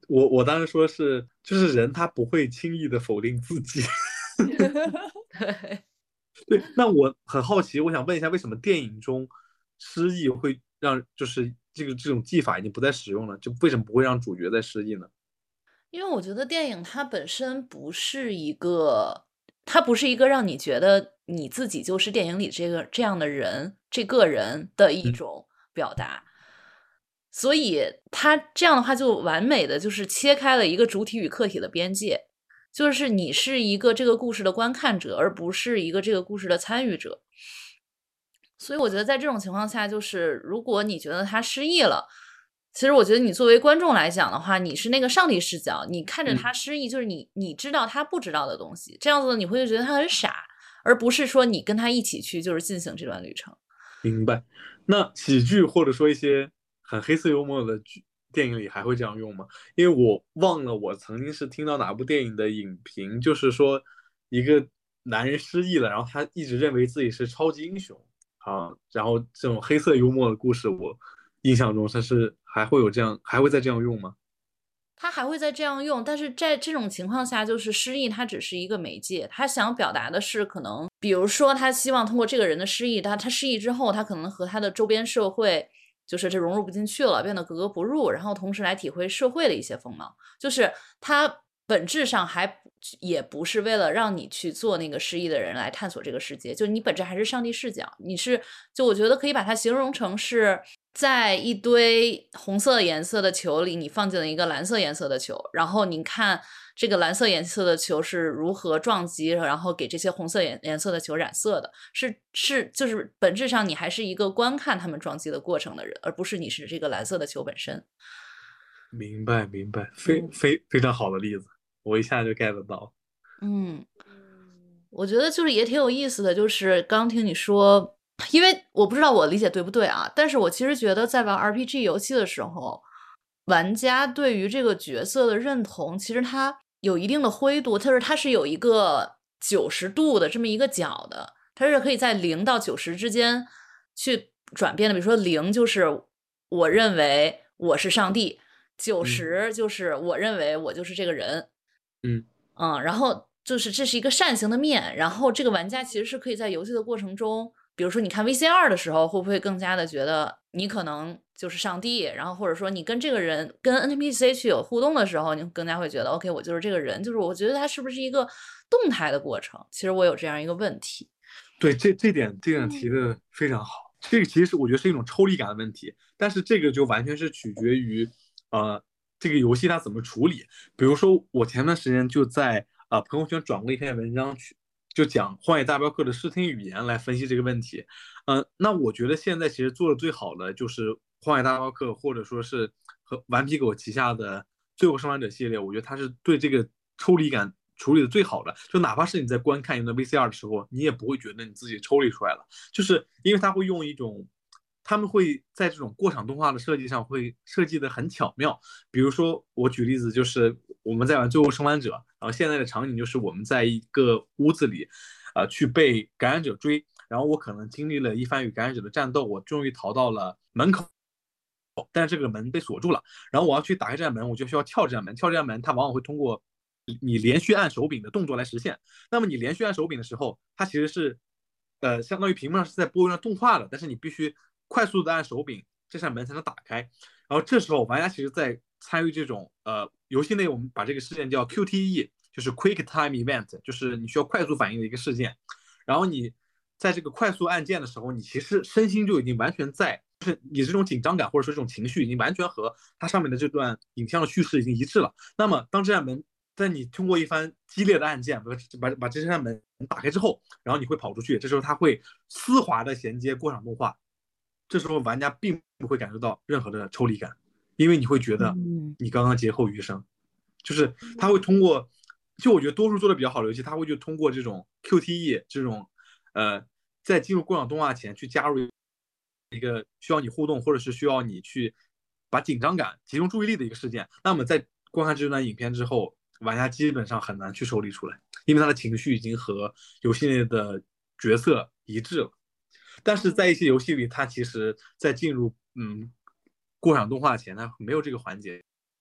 我我当时说是，就是人他不会轻易的否定自己。 对， 对，那我很好奇，我想问一下，为什么电影中失忆会让就是这个这种技法已经不再使用了，就为什么不会让主角再失忆呢？ 因为我觉得电影它本身不是一个，它不是一个让你觉得你自己就是电影里这个这样的人，这个人的一嗯种表达。所以它这样的话就完美的就是切开了一个主体与客体的边界，就是你是一个这个故事的观看者，而不是一个这个故事的参与者。所以我觉得在这种情况下，就是如果你觉得他失忆了，其实我觉得你作为观众来讲的话，你是那个上帝视角，你看着嗯， 他失忆，就是你你知道他不知道的东西，这样子你会觉得他很傻，而不是说你跟他一起去就是进行这段旅程。 明白。那喜剧或者说一些很黑色幽默的剧电影里还会这样用吗？因为我忘了我曾经是听到哪部电影的影评，就是说一个男人失忆了，然后他一直认为自己是超级英雄啊，然后这种黑色幽默的故事，我印象中他是还会有这样，还会再这样用吗？ 他还会再这样用，但是在这种情况下，就是失忆，它只是一个媒介，他想表达的是可能，比如说他希望通过这个人的失忆，他他失忆之后，他可能和他的周边社会就是这融入不进去了，变得格格不入，然后同时来体会社会的一些风貌，就是他本质上还也不是为了让你去做那个失忆的人来探索这个世界，就你本质还是上帝视角，你是就我觉得可以把它形容成是在一堆红色颜色的球里，你放进了一个蓝色颜色的球，然后你看这个蓝色颜色的球是如何撞击，然后给这些红色颜颜色的球染色的，是是就是本质上你还是一个观看他们撞击的过程的人，而不是你是这个蓝色的球本身。 明白，明白，非嗯非非常好的例子，我一下就 get 到。 嗯，我觉得就是也挺有意思的，就是刚听你说，因为我不知道我理解对不对啊，但是我其实觉得在玩 R P G 游戏的时候，玩家对于这个角色的认同，其实它有一定的灰度，就是它是有一个九十度的这么一个角的，它是可以在零到九十之间去转变的。比如说零就是我认为我是上帝，九嗯十就是我认为我就是这个人。 嗯， 嗯，然后就是这是一个扇形的面，然后这个玩家其实是可以在游戏的过程中，比如说你看 V C R 的时候，会不会更加的觉得你可能就是上帝，然后或者说你跟这个人跟 N P C 去有互动的时候，你更加会觉得 OK，我就是这个人，就是我觉得它是不是一个动态的过程？其实我有这样一个问题。 对，这这点这点提的非常好。这个其实我觉得是一种抽离感的问题，但是这个就完全是取决于呃这个游戏它怎么处理。比如说我前段时间就在呃朋友圈转过一篇文章去，就讲《荒野大镖客》的视听语言来分析这个问题。呃，那我觉得现在其实做的最好的就是《荒野大镖客》，或者说是和顽皮狗旗下的《最后生还者》系列，我觉得它是对这个抽离感处理的最好的。就哪怕是你在观看一段 V C R 的时候，你也不会觉得你自己抽离出来了，就是因为它会用一种。他们会在这种过场动画的设计上会设计的很巧妙，比如说我举例子，就是我们在玩《最后生还者》，然后现在的场景就是我们在一个屋子里，呃，去被感染者追，然后我可能经历了一番与感染者的战斗，我终于逃到了门口，但是这个门被锁住了，然后我要去打开这扇门，我就需要撬这扇门，撬这扇门，它往往会通过你连续按手柄的动作来实现。那么你连续按手柄的时候，它其实是呃相当于屏幕上是在播一段动画的，但是你必须快速的按手柄，这扇门才能打开。然后这时候玩家其实在参与这种呃游戏内，我们把这个事件叫 Q T E，就是 Quick Time Event，就是你需要快速反应的一个事件。然后你在这个快速按键的时候，你其实身心就已经完全在，就是你这种紧张感或者说这种情绪已经完全和它上面的这段影像的叙事已经一致了。那么当这扇门在你通过一番激烈的按键把把这扇门打开之后，然后你会跑出去，这时候它会丝滑的衔接过场动画，这时候玩家并不会感受到任何的抽离感，因为你会觉得你刚刚劫后余生，就是他会通过，就我觉得多数做的比较好的游戏，他会就通过这种 Q T E 这种呃，在进入过场动画前去加入一个需要你互动或者是需要你去把紧张感集中注意力的一个事件，那么在观看这段影片之后，玩家基本上很难去抽离出来，因为他的情绪已经和游戏内的角色一致了。但是在一些游戏里，它其实在进入嗯过场动画前，它没有这个环节，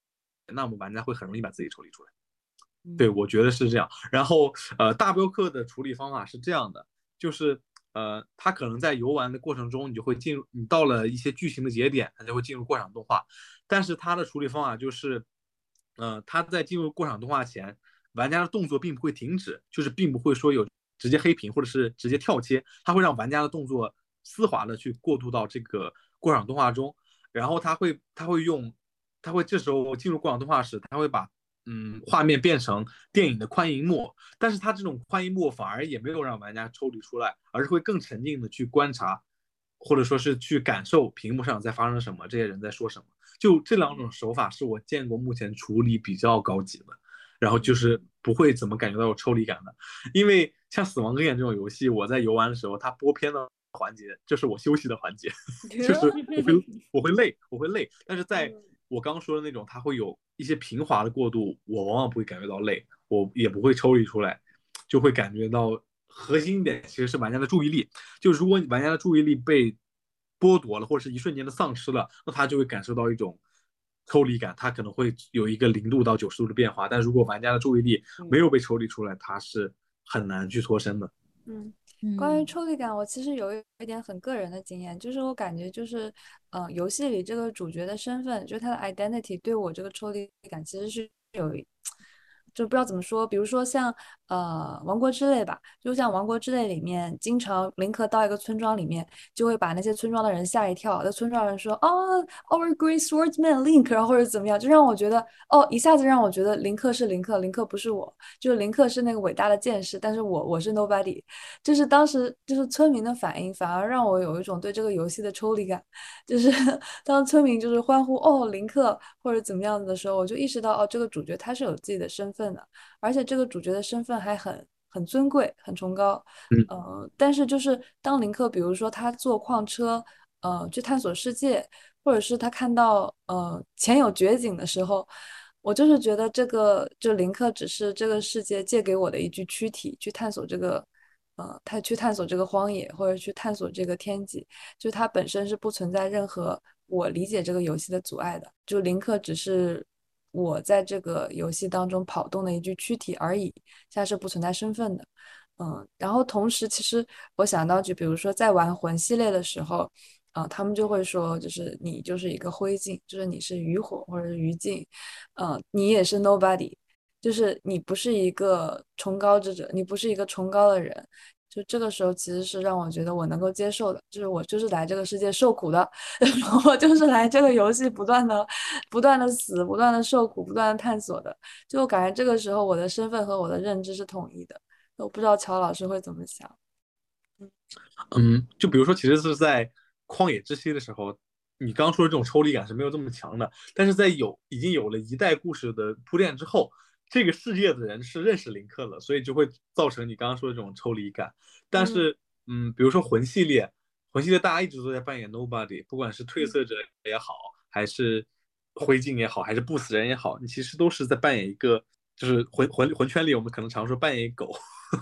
那么玩家会很容易把自己抽离出来。 嗯对，我觉得是这样。然后呃，大镖客的处理方法是这样的，就是呃，它可能在游玩的过程中，你就会进入，你到了一些剧情的节点，它就会进入过场动画。但是它的处理方法就是，呃，它在进入过场动画前，玩家的动作并不会停止，就是并不会说有直接黑屏或者是直接跳切，它会让玩家的动作丝滑的去过渡到这个过场动画中，然后它会它会用，它会这时候进入过场动画时，它会把嗯画面变成电影的宽银幕，但是它这种宽银幕反而也没有让玩家抽离出来，而是会更沉浸的去观察，或者说是去感受屏幕上在发生什么，这些人在说什么。就这两种手法是我见过目前处理比较高级的，然后就是不会怎么感觉到有抽离感的。因为像死亡搁浅这种游戏，我在游玩的时候，它播片的环节就是我休息的环节，就是我会我会累，我会累。但是在我刚说的那种，它会有一些平滑的过渡，我往往不会感觉到累，我也不会抽离出来，就会感觉到核心一点其实是玩家的注意力。就如果玩家的注意力被剥夺了，或者是一瞬间的丧失了，那他就会感受到一种抽离感，他可能会有一个零度到九十度的变化。但如果玩家的注意力没有被抽离出来，他是很难去脱身的。 嗯， 嗯关于抽离感，我其实有一点很个人的经验，就是我感觉就是，嗯、游戏里这个主角的身份，就是他的 identity 对我这个抽离感其实是有一，就不知道怎么说，比如说像呃《王国之泪》吧，就像《王国之泪》里面，经常林克到一个村庄里面，就会把那些村庄的人吓一跳，那村庄人说哦，Our Great Swordsman Link，然后或者怎么样，就让我觉得哦，一下子让我觉得林克是林克，林克不是我，就是林克是那个伟大的剑士，但是我我是 nobody，就是当时就是村民的反应，反而让我有一种对这个游戏的抽离感，就是当村民就是欢呼哦林克或者怎么样子的时候，我就意识到哦这个主角他是有自己的身份的，而且这个主角的身份还很很尊贵、很崇高。 嗯呃，但是就是当林克比如说他坐矿车，呃去探索世界，或者是他看到呃前有绝景的时候。我就是觉得这个，就林克只是这个世界借给我的一具躯体，去探索这个，呃，他去探索这个荒野，或者去探索这个天际，就它本身是不存在任何我理解这个游戏的阻碍的。就林克只是我在这个游戏当中跑动的一具躯体而已，它是不存在身份的。嗯，然后同时，其实我想到，就比如说在玩魂系列的时候，啊、他们就会说，就是你就是一个灰烬，就是你是余火或者是余烬，嗯、你也是 nobody，就是你不是一个崇高之者，你不是一个崇高的人。就这个时候，其实是让我觉得我能够接受的，就是我就是来这个世界受苦的，我就是来这个游戏不断的、不断的死、不断的受苦、不断的探索的。就我感觉这个时候，我的身份和我的认知是统一的。我不知道乔老师会怎么想。 嗯，就比如说，其实是在旷野之息的时候，你刚说的这种抽离感是没有这么强的，但是在有已经有了一代故事的铺垫之后，这个世界的人是认识林克的，所以就会造成你刚刚说的这种抽离感。但是，嗯，比如说魂系列，魂系列大家一直都在扮演 nobody，不管是褪色者也好，还是灰烬也好，还是不死人也好，你其实都是在扮演一个，就是魂魂魂圈里我们可能常说扮演一狗，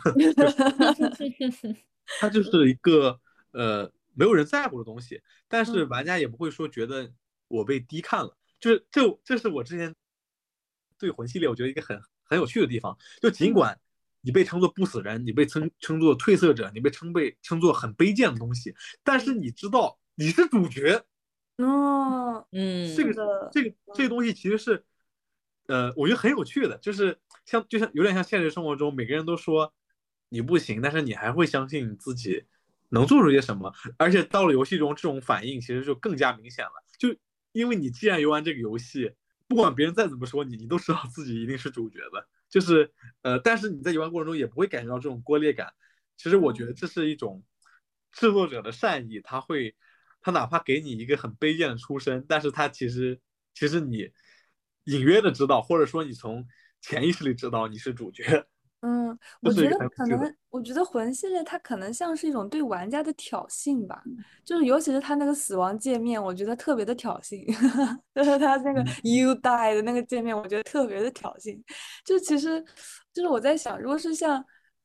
它就是一个呃没有人在乎的东西，但是玩家也不会说觉得我被低看了，就是这这是我之前对魂系列我觉得一个很很有趣的地方，就尽管你被称作不死人，你被称称作褪色者，你被称被称作很卑贱的东西，但是你知道你是主角， 哦， 嗯这个是的， 这个这个东西其实是，呃，我觉得很有趣的，就是像就像有点像现实生活中每个人都说你不行，但是你还会相信你自己能做出些什么，而且到了游戏中这种反应其实就更加明显了，就因为你既然游玩这个游戏，不管别人再怎么说你，你都知道自己一定是主角的，就是呃，但是你在游玩过程中也不会感觉到这种割裂感，其实我觉得这是一种制作者的善意，他会。他哪怕给你一个很卑贱的出身，但是他其实其实你隐约的知道，或者说你从潜意识里知道你是主角， 嗯，我觉得这是一个很有趣的。 可能，我觉得魂系列它可能像是一种对玩家的挑衅吧，就是尤其是它那个死亡界面，我觉得特别的挑衅，就是它那个 you die 的那个界面，我觉得特别的挑衅。就其实，就是我在想，如果是像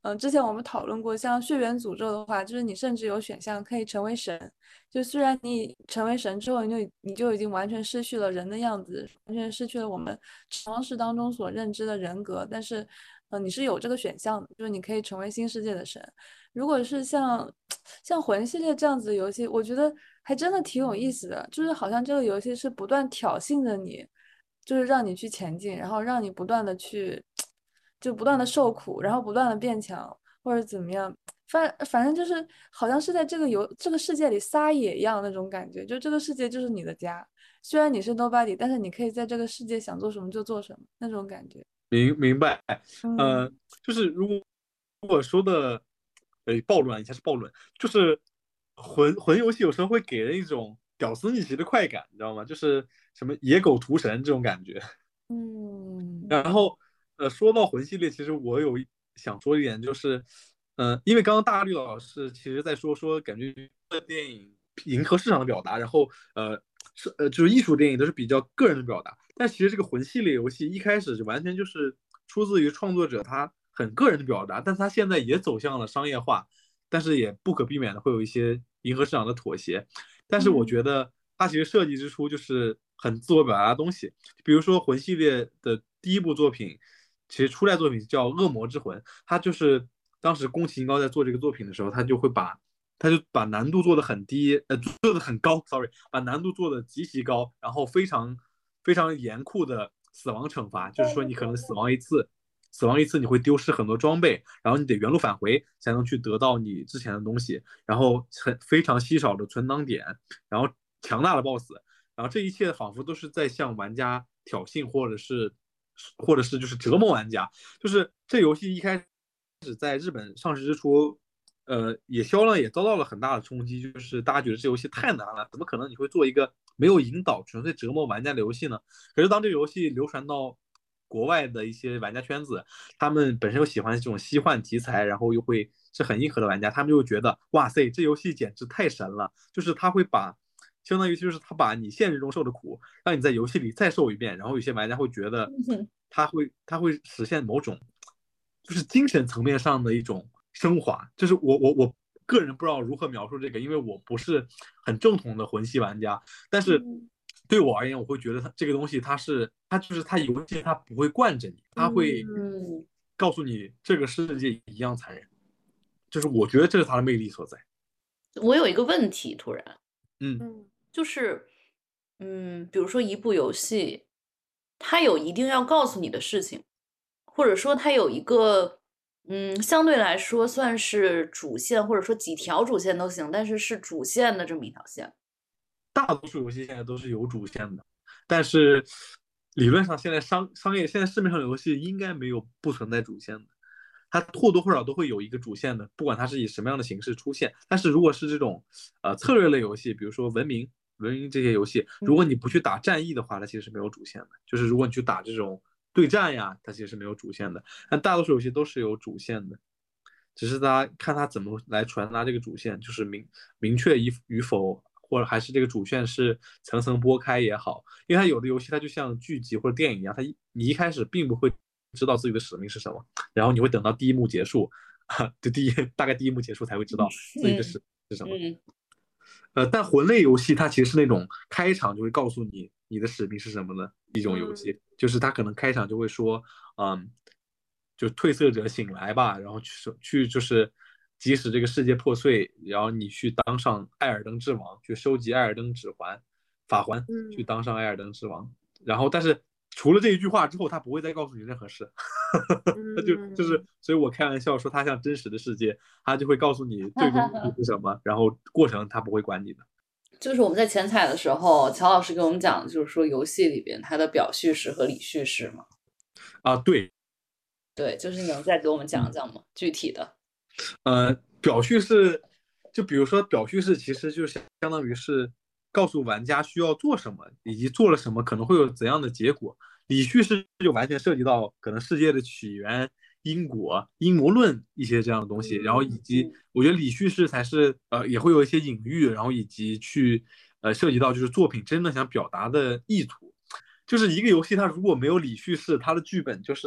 嗯，之前我们讨论过，像血缘诅咒的话，就是你甚至有选项可以成为神。就虽然你成为神之后，你就你就已经完全失去了人的样子，完全失去了我们常识当中所认知的人格，但是，呃，你是有这个选项的，就是你可以成为新世界的神。如果是像像魂系列这样子的游戏，我觉得还真的挺有意思的，就是好像这个游戏是不断挑衅着你，就是让你去前进，然后让你不断的去，就不断的受苦，然后不断的变强，或者怎么样，反反正就是好像是在这个游这个世界里撒野一样那种感觉，就这个世界就是你的家，虽然你是 nobody，但是你可以在这个世界想做什么就做什么那种感觉。 明明白，呃， 嗯就是如果如果说的，呃，暴论一下是暴论，就是魂魂游戏有时候会给人一种屌丝逆袭的快感，你知道吗？就是什么野狗屠神这种感觉。 嗯然后，呃，说到魂系列，其实我有一想说一点，就是，呃，因为刚刚大绿老师其实在说说，感觉电影迎合市场的表达，然后，呃，是呃，就是艺术电影都是比较个人的表达，但其实这个魂系列游戏一开始就完全就是出自于创作者他很个人的表达，但是他现在也走向了商业化，但是也不可避免的会有一些迎合市场的妥协，但是我嗯觉得它其实设计之初就是很自我表达的东西。比如说魂系列的第一部作品，其实初代作品叫《恶魔之魂》，它就是当时宫崎英高在做这个作品的时候，他就会把他就把难度做的很低，呃，做的很高，sorry，把难度做的极其高，然后非常非常严酷的死亡惩罚，就是说你可能死亡一次。死亡一次，你会丢失很多装备，然后你得原路返回才能去得到你之前的东西，然后很非常稀少的存档点，然后强大的 BOSS，然后这一切仿佛都是在向玩家挑衅，或者是或者是就是折磨玩家。就是这游戏一开始在日本上市之初，呃，也销量也遭到了很大的冲击，就是大家觉得这游戏太难了，怎么可能你会做一个没有引导、纯粹折磨玩家的游戏呢？可是当这个游戏流传到国外的一些玩家圈子，他们本身又喜欢这种西幻题材，然后又会是很硬核的玩家，他们就会觉得哇塞，这游戏简直太神了！就是他会把相当于就是他把你现实中受的苦，让你在游戏里再受一遍，然后有些玩家会觉得他会他会实现某种就是精神层面上的一种升华，就是我我我个人不知道如何描述这个，因为我不是很正统的魂系玩家，但是嗯对我而言，我会觉得它这个东西它是它就是它游戏它不会惯着你，它会嗯， 告诉你这个世界一样残忍，就是我觉得这是它的魅力所在。 我有一个问题，突然嗯， 嗯就是，嗯，比如说一部游戏，它有一定要告诉你的事情，或者说它有一个，嗯，相对来说算是主线，或者说几条主线都行，但是是主线的这么一条线。 大多数游戏现在都是有主线的，但是理论上现在商商业现在市面上的游戏应该没有不存在主线的，它或多或少都会有一个主线的，不管它是以什么样的形式出现。但是如果是这种呃策略类游戏，比如说文明、文明这些游戏，如果你不去打战役的话，它其实是没有主线的。就是如果你去打这种对战呀，它其实是没有主线的。但大多数游戏都是有主线的，只是大家看它怎么来传达这个主线，就是明明确与与否，或者还是这个主线是层层剥开也好。因为它有的游戏它就像剧集或者电影一样，它一你一开始并不会知道自己的使命是什么，然后你会等到第一幕结束，就第一大概第一幕结束才会知道自己的使嗯命是什么。 嗯呃，但魂类游戏它其实是那种开场就会告诉你你的使命是什么的一种游嗯戏，就是它可能开场就会说，嗯，就褪色者醒来吧，然后去去就是即使这个世界破碎，然后你去当上艾尔登之王，去收集艾尔登指环法环，去嗯当上艾尔登之王。然后，但是除了这一句话之后，他不会再告诉你任何事。他就就是， 嗯所以我开玩笑说，他像真实的世界，他就会告诉你最终目的是什么，然后过程他不会管你的。 就是我们在前采的时候，乔老师给我们讲，就是说游戏里边它的表叙事和里叙事嘛。 啊，对， 对，就是你能再给我们讲嗯讲吗？具体的。 呃，表叙事，就比如说表叙事，其实就相相当于是告诉玩家需要做什么，以及做了什么可能会有怎样的结果。理叙事就完全涉及到可能世界的起源、因果、阴谋论一些这样的东西，然后以及我觉得理叙事才是呃也会有一些隐喻，然后以及去呃涉及到就是作品真的想表达的意图。就是一个游戏它如果没有理叙事，它的剧本就是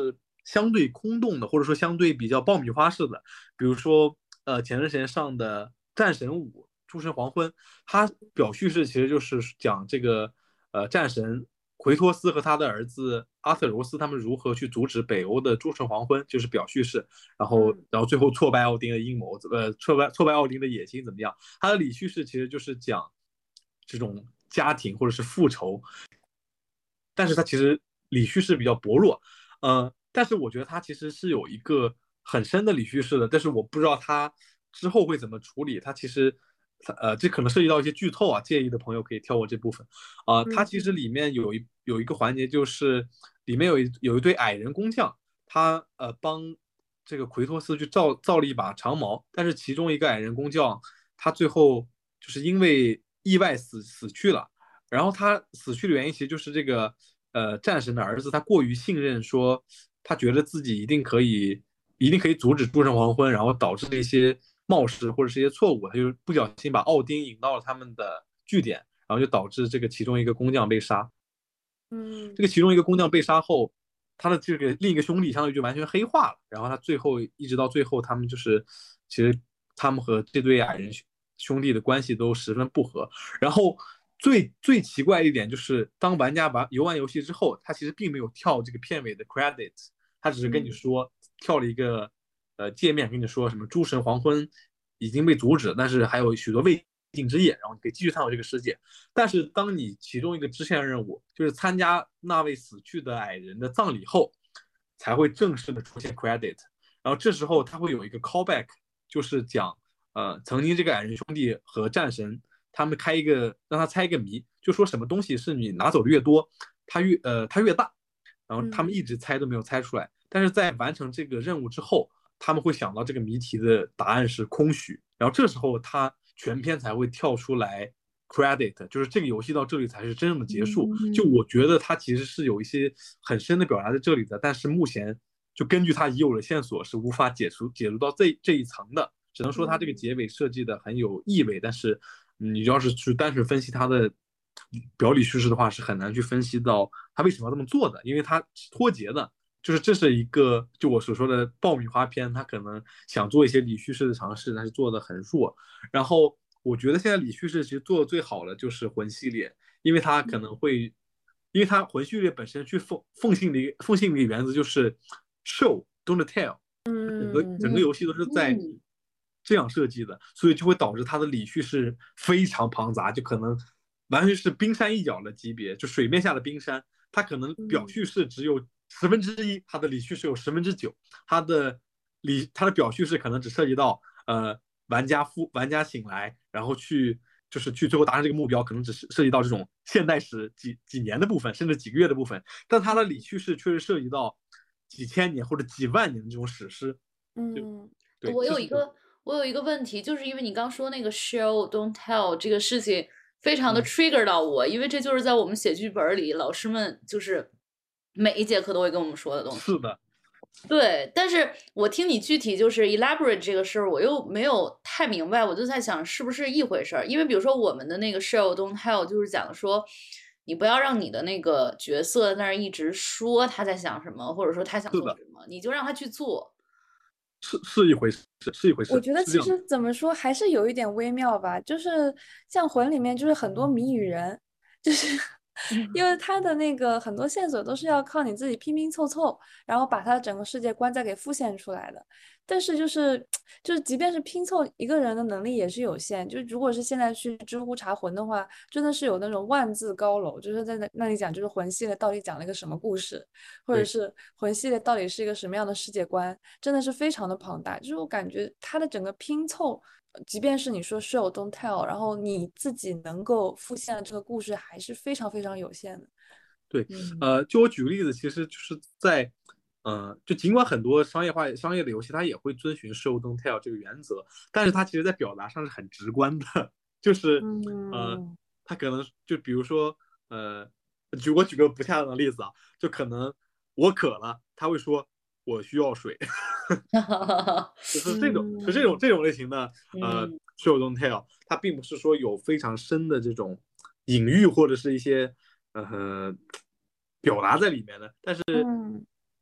相对空洞的，或者说相对比较爆米花式的，比如说呃前段时间上的战神五诸神黄昏，它表叙事其实就是讲这个呃战神奎托斯和他的儿子阿特柔斯他们如何去阻止北欧的诸神黄昏，就是表叙事，然后然后最后挫败奥丁的阴谋，呃挫败挫败奥丁的野心怎么样？它的理叙事其实就是讲这种家庭或者是复仇，但是它其实理叙事比较薄弱，呃，但是我觉得它其实是有一个很深的理叙事的，但是我不知道它之后会怎么处理。它其实，呃，这可能涉及到一些剧透啊，介意的朋友可以跳过这部分。啊、呃，它其实里面有一有一个环节，就是里面有一有一对矮人工匠，他呃帮这个奎托斯去造造了一把长矛，但是其中一个矮人工匠，他最后就是因为意外死死去了。然后他死去的原因其实就是这个呃战神的儿子他过于信任，说他觉得自己一定可以一定可以阻止诸神黄昏，然后导致了一些冒失或者是一些错误，他就不小心把奥丁引到了他们的据点，然后就导致这个其中一个工匠被杀。 嗯， 这个其中一个工匠被杀后，他的这个另一个兄弟相当于就完全黑化了，然后他最后一直到最后，他们就是其实他们和这对矮人兄弟的关系都十分不和。然后最最奇怪一点就是，当玩家玩游玩游戏之后，他其实并没有跳这个片尾的 credits， 他只是跟你说跳了一个呃界面，跟你说什么诸神黄昏已经被阻止，但是还有许多未尽之夜，然后你可以继续探索这个世界。但是当你其中一个支线任务就是参加那位死去的矮人的葬礼后，才会正式的出现 credit。然后这时候他会有一个 callback，就是讲呃曾经这个矮人兄弟和战神他们开一个让他猜一个谜，就说什么东西是你拿走的越多，他越呃他越大。然后他们一直猜都没有猜出来，但是在完成这个任务之后，他们会想到这个谜题的答案是空虚，然后这时候他全篇才会跳出来 credit， 就是这个游戏到这里才是真正的结束。就我觉得它其实是有一些很深的表达在这里的，但是目前就根据它已有的线索是无法解除解读到这这一层的，只能说它这个结尾设计的很有意味，但是你要是去单纯分析它的表里叙事的话，是很难去分析到他为什么要这么做的，因为他脱节的。就是这是一个就我所说的爆米花片，他可能想做一些理叙事的尝试，但是做的很弱。然后我觉得现在理叙事其实做的最好的就是魂系列，因为它可能会，因为它魂系列本身去奉奉行的一个奉行的一个原则就是 show don't tell，整个整个游戏都是在这样设计的，所以就会导致它的理叙事非常庞杂，就可能完全是冰山一角的级别，就水面下的冰山，它可能表叙事只有十分之一，它的理叙事有十分之九，它的理它的表叙事可能只涉及到呃玩家复玩家醒来，然后去就是去最后达成这个目标，可能只是涉及到这种现代史几几年的部分，甚至几个月的部分，但它的理叙事确实涉及到几千年或者几万年的这种史诗。 嗯， 对， 我有一个我有一个问题，就是因为你刚说那个 show don't tell 这个事情非常的 trigger 到我，嗯、因为这就是在我们写剧本里，老师们就是每一节课都会跟我们说的东西。 是的。 对，但是我听你具体就是 elaborate 这个事儿，我又没有太明白，我就在想是不是一回事儿？因为比如说我们的那个 show don't tell 就是讲说，你不要让你的那个角色在那儿一直说他在想什么，或者说他想做什么，你就让他去做。 是是一回事，是一回事。 我觉得其实怎么说还是有一点微妙吧，就是像魂里面就是很多谜语人，就是因为他的那个很多线索都是要靠你自己拼拼凑凑，然后把他整个世界观再给复现出来的。但是就是就是即便是拼凑一个人的能力也是有限，就如果是现在去知乎查魂的话，真的是有那种万字高楼，就是在那那里讲就是魂系列到底讲了一个什么故事，或者是魂系列到底是一个什么样的世界观，真的是非常的庞大。就是我感觉它的整个拼凑，即便是你说 show don't tell， 然后你自己能够复现的这个故事还是非常非常有限的。 对，呃，就我举个例子，其实就是在，呃，就尽管很多商业化商业的游戏它也会遵循 show don't tell 这个原则，但是它其实在表达上是很直观的，就是呃，它可能就比如说呃，举我举个不恰当的例子啊，就可能我渴了，他会说我需要水，就是这种是这种这种类型的呃 show don't tell， 它并不是说有非常深的这种隐喻或者是一些。呃，表达在里面的，但是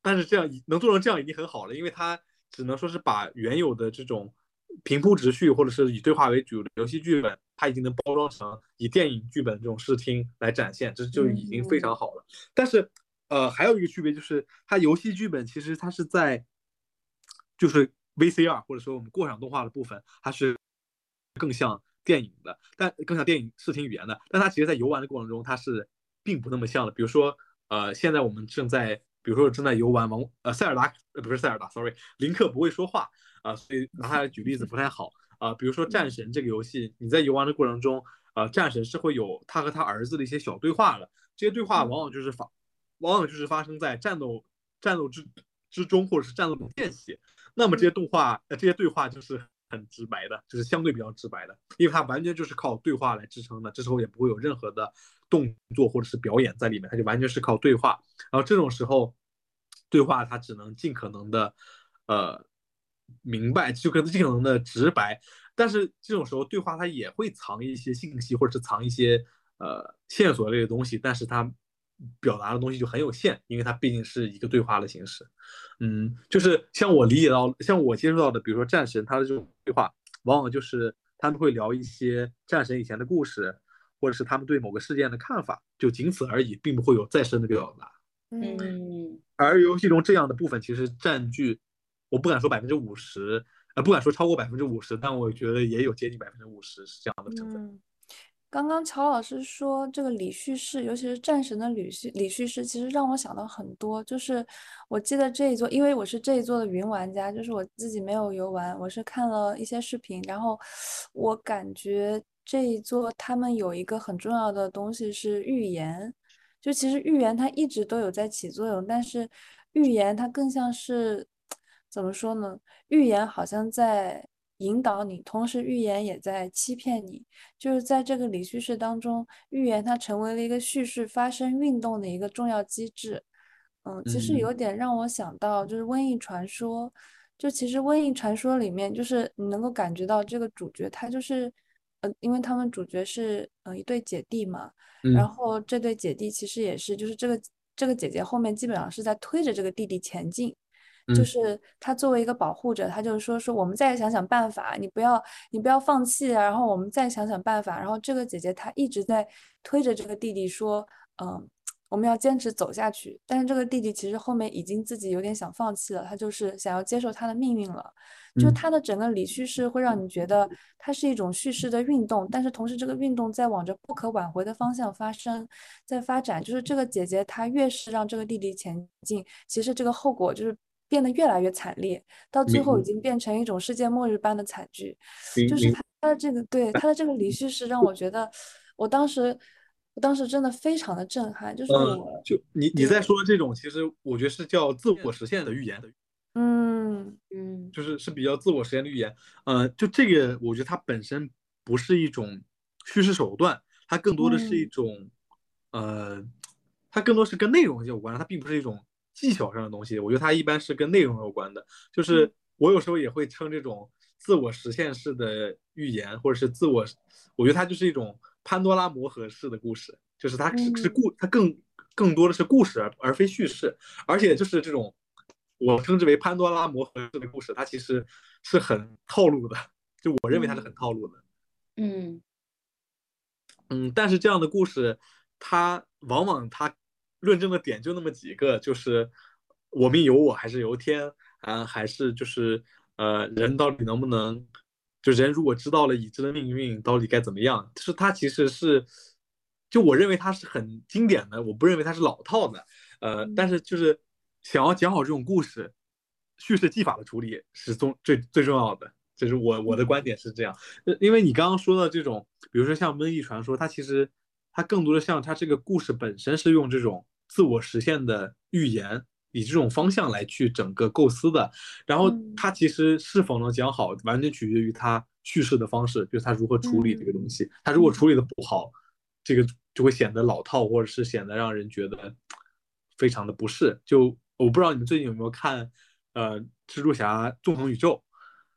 但是这样能做成这样已经很好了，因为它只能说是把原有的这种平铺直叙或者是以对话为主的游戏剧本，它已经能包装成以电影剧本这种视听来展现，这就已经非常好了。嗯、但是呃，还有一个区别就是，它游戏剧本其实它是在就是 V C R 或者说我们过场动画的部分，它是更像电影的，但更像电影视听语言的，但它其实在游玩的过程中，它是并不那么像的。比如说，呃，现在我们正在，比如说正在游玩王呃塞尔达，呃不是塞尔达 ，sorry， 林克不会说话啊、呃，所以拿它来举例子不太好啊、呃。比如说战神这个游戏，你在游玩的过程中，呃，战神是会有他和他儿子的一些小对话的，这些对话往往就是发，往往就是发生在战斗战斗之之中，或者是战斗中间隙。那么这些动画，呃，这些对话就是很直白的，就是相对比较直白的，因为它完全就是靠对话来支撑的，这时候也不会有任何的动作或者是表演在里面，它就完全是靠对话。然后这种时候，对话它只能尽可能的，呃，明白，就可能尽可能的直白。但是这种时候，对话它也会藏一些信息，或者是藏一些呃线索类的东西，但是它表达的东西就很有限，因为它毕竟是一个对话的形式。嗯，就是像我理解到，像我接触到的，比如说战神，他的这种对话，往往就是他们会聊一些战神以前的故事，或者是他们对某个事件的看法，就仅此而已，并不会有再深的表达。 嗯， 而游戏中这样的部分其实占据，我不敢说百分之五十，呃，不敢说超过百分之五十，但我觉得也有接近百分之五十是这样的成分。 嗯，刚刚乔老师说这个理叙事，尤其是战神的理叙理叙事，其实让我想到很多。就是我记得这一座，因为我是这一座的云玩家，就是我自己没有游玩，我是看了一些视频，然后我感觉这一座他们有一个很重要的东西是预言。就其实预言它一直都有在起作用，但是预言它更像是怎么说呢？预言好像在引导你，同时预言也在欺骗你。就是在这个理叙事当中，预言它成为了一个叙事发生运动的一个重要机制。嗯，其实嗯有点让我想到就是瘟疫传说。就其实瘟疫传说里面，就是你能够感觉到这个主角他就是，呃，因为他们主角是呃一对姐弟嘛。然嗯后这对姐弟其实也是，就是这个这个姐姐后面基本上是在推着这个弟弟前进。就嗯是他作为一个保护者，他就是说说我们再想想办法，你不要你不要放弃啊，然后我们再想想办法。然后这个姐姐她一直在推着这个弟弟说，嗯，我们要坚持走下去。但是这个弟弟其实后面已经自己有点想放弃了，他就是想要接受他的命运了。就嗯他的整个理叙事会让你觉得它是一种叙事的运动，但是同时这个运动在往着不可挽回的方向发生，在发展。就是这个姐姐她越是让这个弟弟前进，其实这个后果就是变得越来越惨烈，到最后已明经变成一种世界末日般的惨剧。 明明就是他的这个对他的这个理叙事让我觉得，我当时我当时真的非常的震撼。就是嗯， 我就你你在对说的这种，其实我觉得是叫自我实现的预言。 嗯嗯就是是比较自我实现的预言。呃，就这个，我觉得它本身不是一种叙事手段，它更多的是一嗯种，呃，它更多是跟内容有关的，它并不是一种技巧上的东西。我觉得它一般是跟内容有关的。就嗯是我有时候也会称这种自我实现式的预言，或者是自我，我觉得它就是一种潘多拉魔盒式的故事，就是它是是嗯故，它更更多的是故事而而非叙事。而且就是这种我称之为潘多拉魔盒式的故事，它其实是很套路的，就我认为它是很嗯套路的。 嗯嗯，但是这样的故事，它往往它论证的点就那么几个，就是我命由我还是由天啊，还是就是呃人到底能不能，就人如果知道了已知的命运到底该怎么样，就是它其实是，就我认为它是很经典的，我不认为它是老套的。呃，但嗯是就是想要讲好这种故事，叙事技法的处理是最最最重要的。就是我我的观点是这样。呃因为你刚刚说的这种，比如说像瘟疫传说，它其实它更多的像它这个故事本身是用这种自我实现的预言，以这种方向来去整个构思的。然后嗯它其实是否能讲好，完全取决于它叙事的方式，就是它如何处理这个东西。它如果处理的不好，这个就会显得老套，或者是显得让人觉得非常的不适。就我不知道你们最近有没有看呃蜘蛛侠纵横宇宙。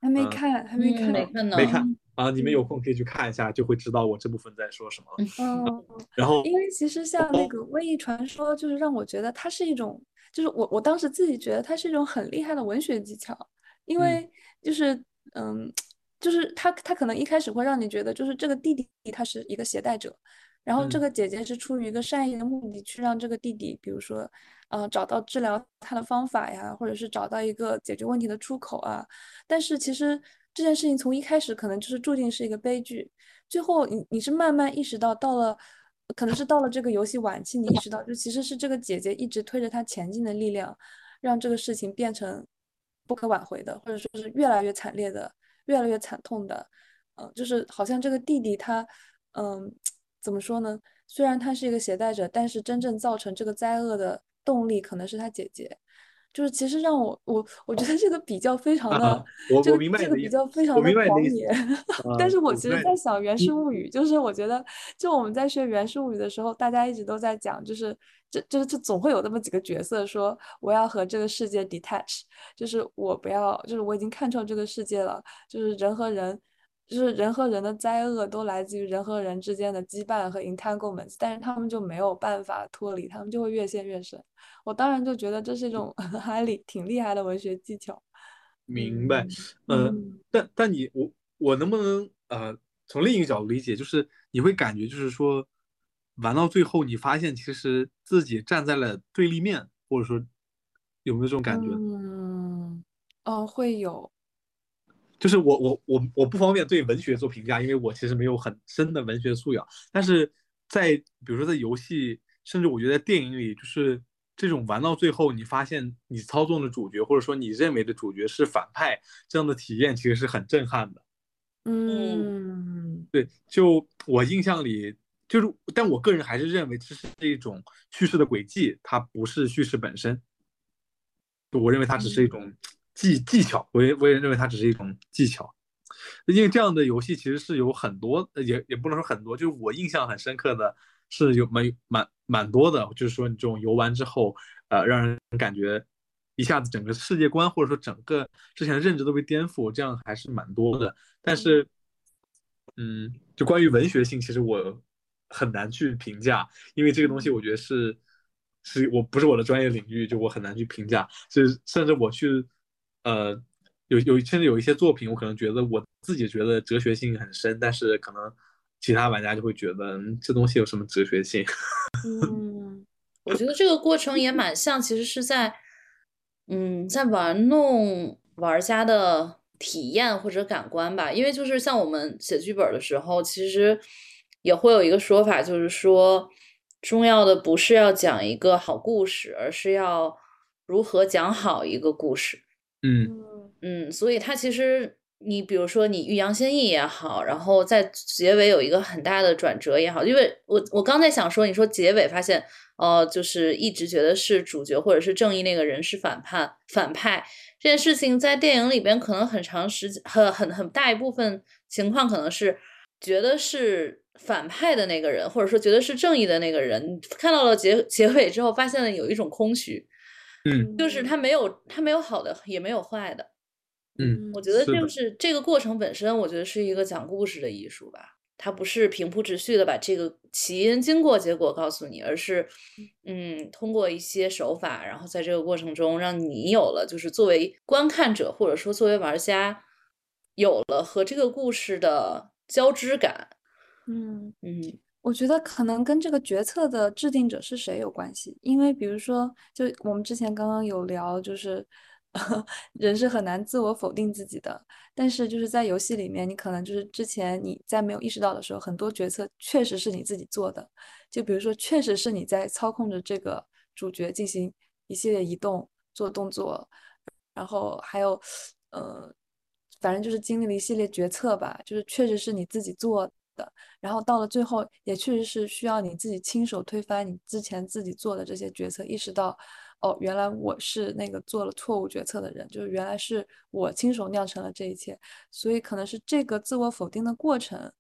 还没嗯， 看，还没嗯， 看。 没看呢。 没看啊，你们有嗯空可以去看一下，就会知道我这部分在说什么了。 嗯， 然后， 因为其实像那个《瘟疫传说》，就是让我觉得它是一种，就是我我当时自己觉得它是一种很厉害的文学技巧，因嗯为就是嗯，就是他他可能一开始会让你觉得，就是这个弟弟他是一个携带者，然后这嗯个姐姐是出于一个善意的目的去让这个弟弟，比如说呃找到治疗他的方法呀，或者是找到一个解决问题的出口啊，但是其实这件事情从一开始可能就是注定是一个悲剧。最后你你是慢慢意识到，到了可能是到了这个游戏晚期，你意识到就其实是这个姐姐一直推着她前进的力量，让这个事情变成不可挽回的，或者说是越来越惨烈的、越来越惨痛的。嗯、呃就是好像这个弟弟他，嗯，怎么说呢？虽然他是一个携带者，但是真正造成这个灾厄的动力可能是他姐姐。就是其实让我我我觉得这个比较非常的， 啊，我我这个这个比明白你的意思， 较非常的我明白你的意思。 狂野。但啊， 是我其实我明白你。 在想《源氏嗯物语》，就是我觉得，就我们在学《源氏物语》的时候，大家一直都在讲，就是这就是这总会有那么几个角色说，我要和这个世界 detach，就是我不要，就是我已经看透这个世界了，就是人和人。就是人和人的灾厄都来自于人和人之间的羁绊和 entanglements，但是他们就没有办法脱离，他们就会越陷越深。我当然就觉得这是一种还厉挺厉害的文学技巧。 明白。 嗯呃， 嗯但但你我我能不能呃从另一个角度理解，就是你会感觉就是说，玩到最后，你发现其实自己站在了对立面，或者说有没有这种感觉？ 嗯，哦，会有。 就是我我我我不方便对文学做评价，因为我其实没有很深的文学素养。但是在比如说在游戏，甚至我觉得在电影里，就是这种玩到最后，你发现你操纵的主角，或者说你认为的主角是反派，这样的体验其实是很震撼的。 嗯嗯对，就我印象里，就是，但我个人还是认为这是一种叙事的轨迹，它不是叙事本身。就我认为它只是一嗯种技技巧，我也我也认为它只是一种技巧。因为这样的游戏其实是有很多，也也不能说很多，就是我印象很深刻的是有蛮蛮蛮多的，就是说你这种游玩之后，呃，让人感觉一下子整个世界观或者说整个之前的认知都被颠覆，这样还是蛮多的。但是，嗯，就关于文学性，其实我很难去评价，因为这个东西我觉得是是我不是我的专业领域，就我很难去评价。就是甚至我去呃有有甚至有一些作品，我可能觉得我自己觉得哲学性很深，但是可能其他玩家就会觉得、嗯、这东西有什么哲学性？ 嗯我觉得这个过程也蛮像，其实是在，嗯，在玩弄玩家的体验或者感官吧。因为就是像我们写剧本的时候，其实也会有一个说法，就是说，重要的不是要讲一个好故事，而是要如何讲好一个故事。 嗯嗯嗯，所以它其实你比如说你欲扬先抑也好，然后在结尾有一个很大的转折也好，因为我我刚才想说，你说结尾发现，呃，就是一直觉得是主角或者是正义那个人是反叛反派这件事情，在电影里边可能很长时间很很很大一部分情况可能是觉得是反派的那个人，或者说觉得是正义的那个人，看到了结结尾之后，发现了有一种空虚， 嗯就是他没有他没有好的，也没有坏的。 嗯， 我觉得是的。 就是这个过程本身，我觉得是一个讲故事的艺术吧。它不是平铺直叙的把这个起因、经过、结果告诉你，而是，嗯，通过一些手法，然后在这个过程中，让你有了就是作为观看者或者说作为玩家，有了和这个故事的交织感。 嗯。 嗯我觉得可能跟这个决策的制定者是谁有关系，因为比如说，就我们之前刚刚有聊，就是人是很难自我否定自己的，但是就是在游戏里面，你可能就是之前你在没有意识到的时候，很多决策确实是你自己做的，就比如说，确实是你在操控着这个主角进行一系列移动、做动作，然后还有，呃，反正就是经历了一系列决策吧，就是确实是你自己做的。然后到了最后，也确实是需要你自己亲手推翻你之前自己做的这些决策，意识到，哦，原来我是那个做了错误决策的人，就是原来是我亲手酿成了这一切，所以可能是这个自我否定的过程，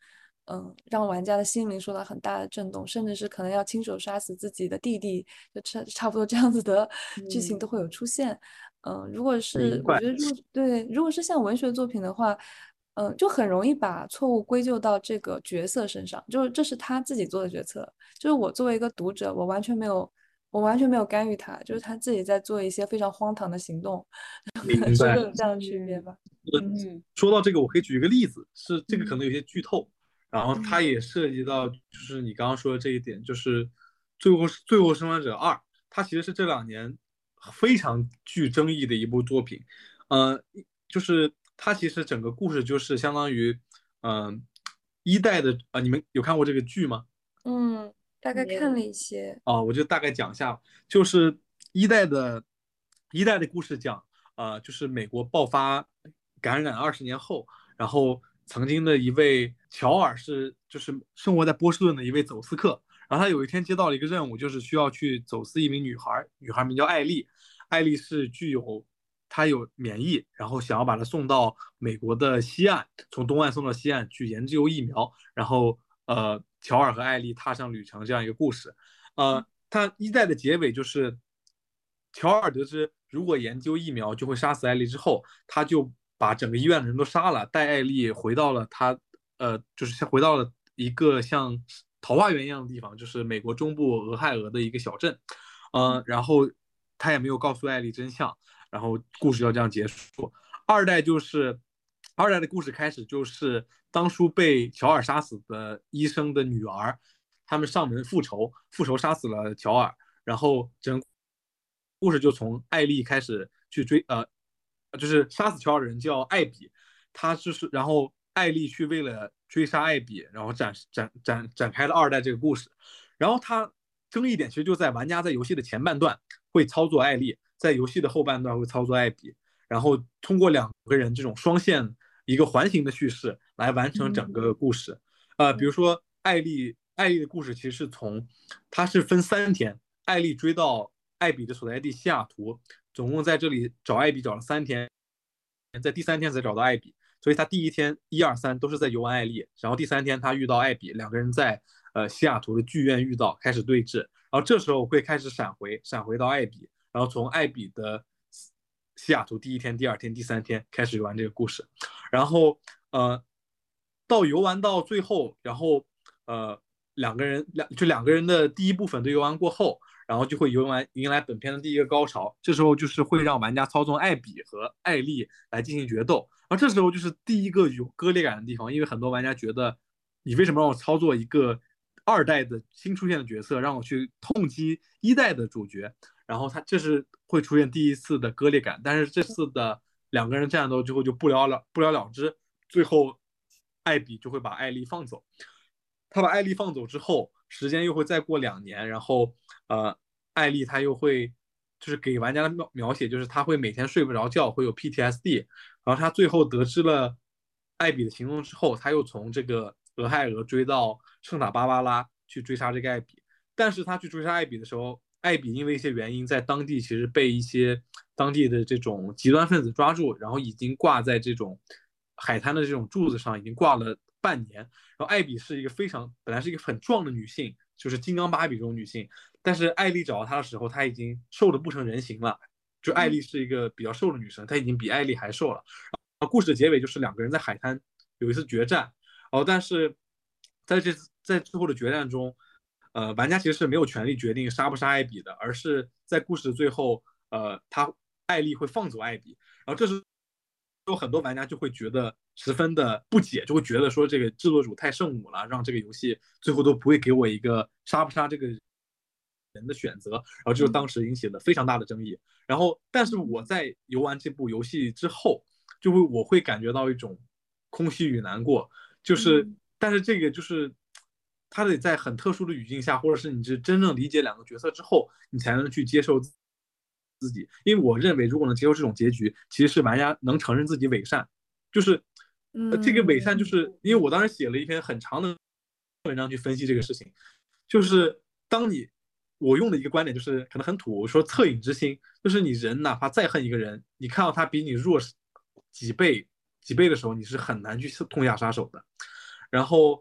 嗯，让玩家的心灵受到很大的震动，甚至是可能要亲手杀死自己的弟弟，就差差不多这样子的剧情都会有出现。嗯，如果是我明白。 觉得如果对，如果是像文学作品的话，嗯，就很容易把错误归咎到这个角色身上，就是这是他自己做的决策，就是我作为一个读者，我完全没有，我完全没有干预他，就是他自己在做一些非常荒唐的行动，可能明白。 是会有这样的区别吧。 嗯说到这个，我可以举一个例子，是这个可嗯能有些剧透，然后它嗯也涉及到就是你刚刚说的这一点，就是《最后最后生还者二》，它其实是这两年非常具争议的一部作品。呃，就是它其实整个故事就是相当于，嗯、呃，一代的啊、呃，你们有看过这个剧吗？ 嗯，大概没有看了一些。 啊，我就大概讲一下，就是一代的，一代的故事讲，呃，就是美国爆发感染二十年后，然后曾经的一位乔尔是就是生活在波士顿的一位走私客，然后他有一天接到了一个任务，就是需要去走私一名女孩，女孩名叫艾丽，艾丽是具有她有免疫，然后想要把她送到美国的西岸，从东岸送到西岸去研究疫苗，然后呃，乔尔和艾丽踏上旅程这样一个故事。呃，他一代的结尾就是乔尔得知如果研究疫苗就会杀死艾丽之后，他就把整个医院的人都杀了，带艾丽回到了他呃，就是像回到了一个像桃花源一样的地方，就是美国中部俄亥俄的一个小镇。呃，然后他也没有告诉艾丽真相，然后故事要这样结束。二代就是二代的故事开始就是当初被乔尔杀死的医生的女儿，他们上门复仇，复仇杀死了乔尔，然后整个故事就从艾丽开始去追，呃，就是杀死乔尔的人叫艾比，他就是然后艾丽去为了追杀艾比，然后展展展展开了二代这个故事。然后他争议点其实就在玩家在游戏的前半段会操作艾丽，在游戏的后半段会操作艾比，然后通过两个人这种双线一个环形的叙事来完成整个故事。呃，比如说艾丽，艾丽的故事其实是从，它是分三天，艾丽追到艾比的所在地西雅图，总共在这里找艾比找了三天，在第三天才找到艾比，所以他第一天一二三都是在游玩艾丽，然后第三天他遇到艾比，两个人在呃西雅图的剧院遇到，开始对峙，然后这时候会开始闪回，闪回到艾比，然后从艾比的西雅图第一天、第二天、第三天开始游玩这个故事，然后呃到游玩到最后，然后呃两个人两就两个人的第一部分都游玩过后，然后就会游玩迎来本片的第一个高潮。这时候就是会让玩家操纵艾比和艾丽来进行决斗，而这时候就是第一个有割裂感的地方，因为很多玩家觉得你为什么让我操作一个二代的新出现的角色，让我去痛击一代的主角，然后他这是会出现第一次的割裂感，但是这次的两个人战斗之后就不了了不了了之，最后艾比就会把艾丽放走。他把艾丽放走之后，时间又会再过两年，然后呃，艾丽她又会就是给玩家的描写，就是他会每天睡不着觉，会有 P T S D，然后他最后得知了艾比的行动之后，他又从这个俄亥俄追到圣塔芭芭拉去追杀这个艾比，但是他去追杀艾比的时候，艾比因为一些原因在当地其实被一些当地的这种极端分子抓住，然后已经挂在这种海滩的这种柱子上，已经挂了半年。然后艾比是一个非常本来是一个很壮的女性，就是金刚芭比这种女性，但是艾丽找到她的时候，她已经瘦的不成人形了。就艾丽是一个比较瘦的女生，她已经比艾丽还瘦了。然后故事的结尾就是两个人在海滩有一次决战，然后但是在这在最后的决战中，呃，玩家其实是没有权利决定杀不杀艾比的，而是在故事的最后，呃，他艾丽会放走艾比，然后这时有很多玩家就会觉得十分的不解，就会觉得说这个制作组太圣母了，让这个游戏最后都不会给我一个杀不杀这个人的选择，然后就当时引起了非常大的争议。然后，但是我在游玩这部游戏之后，就会我会感觉到一种空虚与难过，就是，但是这个就是他得在很特殊的语境下，或者是你是真正理解两个角色之后，你才能去接受自己。因为我认为，如果能接受这种结局，其实是玩家能承认自己伪善，就是呃这个伪善，就是因为我当时写了一篇很长的文章去分析这个事情，就是当你我用的一个观点就是可能很土，我说恻隐之心，就是你人哪怕再恨一个人，你看到他比你弱几倍几倍的时候，你是很难去痛下杀手的。然后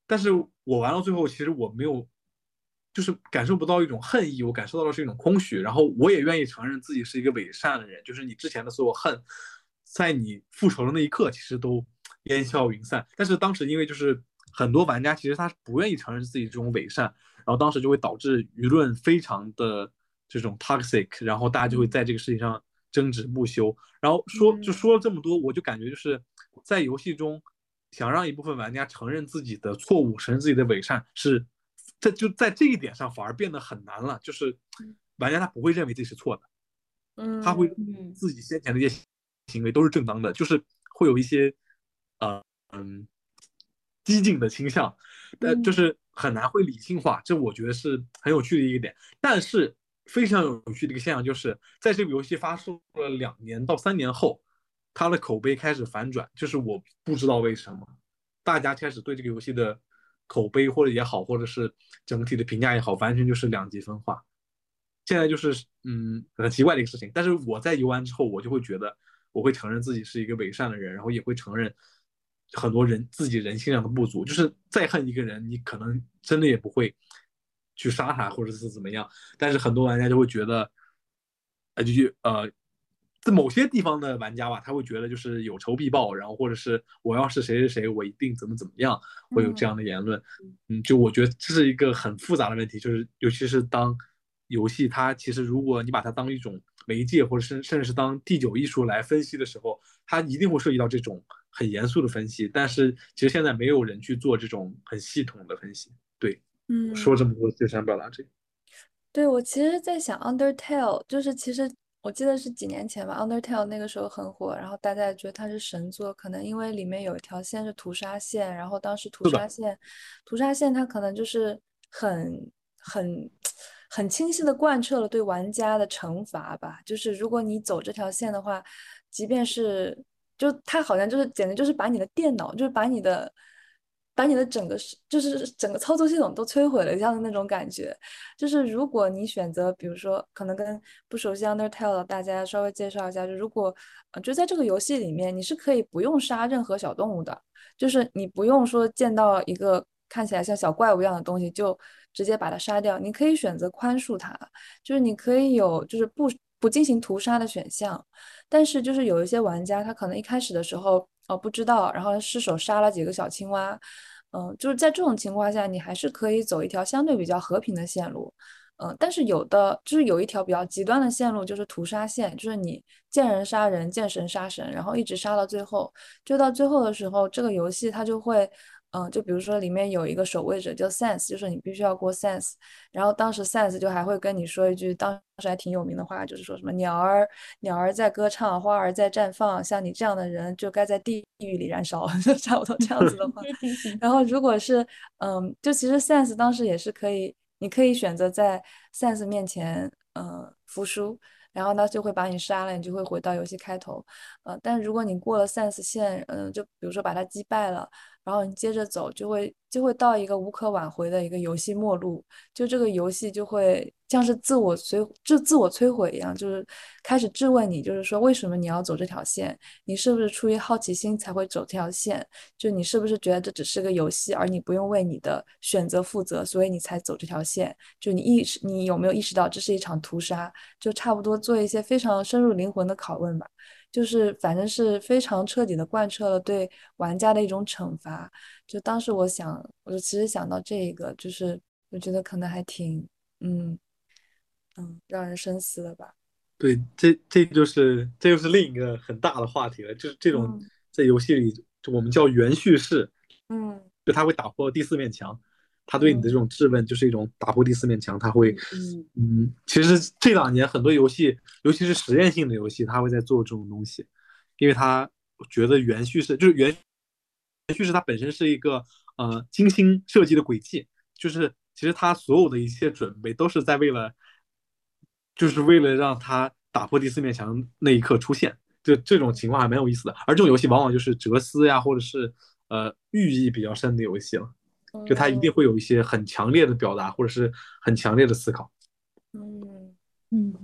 但是我玩到最后，其实我没有，就是感受不到一种恨意，我感受到的是一种空虚。然后我也愿意承认自己是一个伪善的人，就是你之前的所有恨，在你复仇的那一刻，其实都烟消云散。但是当时因为就是很多玩家其实他不愿意承认自己这种伪善，然后当时就会导致舆论非常的这种 toxic，然后大家就会在这个事情上争执不休。然后说就说了这么多，我就感觉就是在游戏中想让一部分玩家承认自己的错误，承认自己的伪善，是这就在这一点上反而变得很难了。就是玩家他不会认为自己是错的，他会嗯自己先前的一些行为都是正当的，就是会有一些呃嗯激进的倾向，呃，就嗯是很难会理性化，这我觉得是很有趣的一个点。但是非常有趣的一个现象就是，在这个游戏发售了两年到三年后，它的口碑开始反转，就是我不知道为什么，大家开始对这个游戏的口碑或者也好，或者是整体的评价也好，完全就是两极分化。现在就是嗯很奇怪的一个事情，但是我在游玩之后，我就会觉得我会承认自己是一个伪善的人，然后也会承认很多人自己人性上的不足，就是再恨一个人，你可能真的也不会去杀他或者是怎么样，但是很多玩家就会觉得，呃，就呃，在某些地方的玩家吧，他会觉得就是有仇必报，然后或者是我要是谁谁谁，我一定怎么怎么样，会有这样的言论。嗯，就我觉得这是一个很复杂的问题，就是尤其是当游戏它其实如果你把它当一种媒介，或者是甚至是当第九艺术来分析的时候，它一定会涉及到这种很严肃的分析。但是其实现在没有人去做这种很系统的分析。对，我说嗯。 这么多就想表达这个。 对，我其实在想，Undertale 就是其实我记得是几年前吧，Undertale 那个时候很火，然后大家也觉得它是神作，可能因为里面有一条线是屠杀线，然后当时屠是的， 杀线，屠杀线它可能就是很很很清晰的贯彻了对玩家的惩罚吧，就是如果你走这条线的话，即便是就它好像就是简直就是把你的电脑，就是把你的把你的整个是就是整个操作系统都摧毁了一样的那种感觉。就是如果你选择，比如说，可能跟不熟悉 Undertale 的大家稍微介绍一下，就如果呃就在这个游戏里面，你是可以不用杀任何小动物的，就是你不用说见到一个看起来像小怪物一样的东西就直接把它杀掉，你可以选择宽恕它，就是你可以有就是不不进行屠杀的选项，但是就是有一些玩家他可能一开始的时候哦不知道，然后失手杀了几个小青蛙。嗯，就是在这种情况下，你还是可以走一条相对比较和平的线路，嗯，但是有的就是有一条比较极端的线路，就是屠杀线，就是你见人杀人，见神杀神，然后一直杀到最后，就到最后的时候，这个游戏它就会，嗯，就比如说里面有一个守卫者叫 Sense，就是你必须要过 Sense，然后当时 Sense 就还会跟你说一句当时还挺有名的话，就是说什么鸟儿鸟儿在歌唱，花儿在绽放，像你这样的人就该在地狱里燃烧，就差不多这样子的话。然后如果是嗯，就其实 Sense 当时也是可以，你可以选择在 Sense 面前呃服输，然后呢就会把你杀了，你就会回到游戏开头。呃，但如果你过了 Sense 线，嗯、呃，就比如说把他击败了，然后你接着走，就会就会到一个无可挽回的一个游戏末路，就这个游戏就会像是自我摧就自我摧毁一样，就是开始质问你，就是说为什么你要走这条线？你是不是出于好奇心才会走这条线？就你是不是觉得这只是个游戏，而你不用为你的选择负责，所以你才走这条线？就你意识，你有没有意识到这是一场屠杀？就差不多做一些非常深入灵魂的拷问吧。就是反正是非常彻底的贯彻了对玩家的一种惩罚。就当时我想，我就其实想到这个，就是我觉得可能还挺，嗯嗯，让人深思的吧。 对，这这就是这就是另一个很大的话题了，就是这种嗯在游戏里，就我们叫原叙事， 嗯就它会打破第四面墙，它对你的这嗯种质问就是一种打破第四面墙，它会， 嗯嗯嗯，其实这两年很多游戏，尤其是实验性的游戏，它会在做这种东西，因为它觉得原叙事就是原叙事它本身是一个呃精心设计的轨迹，就是其实它所有的一切准备都是在为了，就是为了让它打破第四面墙那一刻出现。就这种情况还蛮有意思的，而这种游戏往往就是哲思呀，或者是呃寓意比较深的游戏了。就它一定嗯会有一些很强烈的表达，或者是很强烈的思考。 嗯， 嗯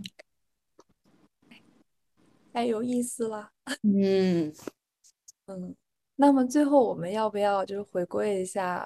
太有意思了。 嗯， 嗯，那么最后我们要不要就是回归一下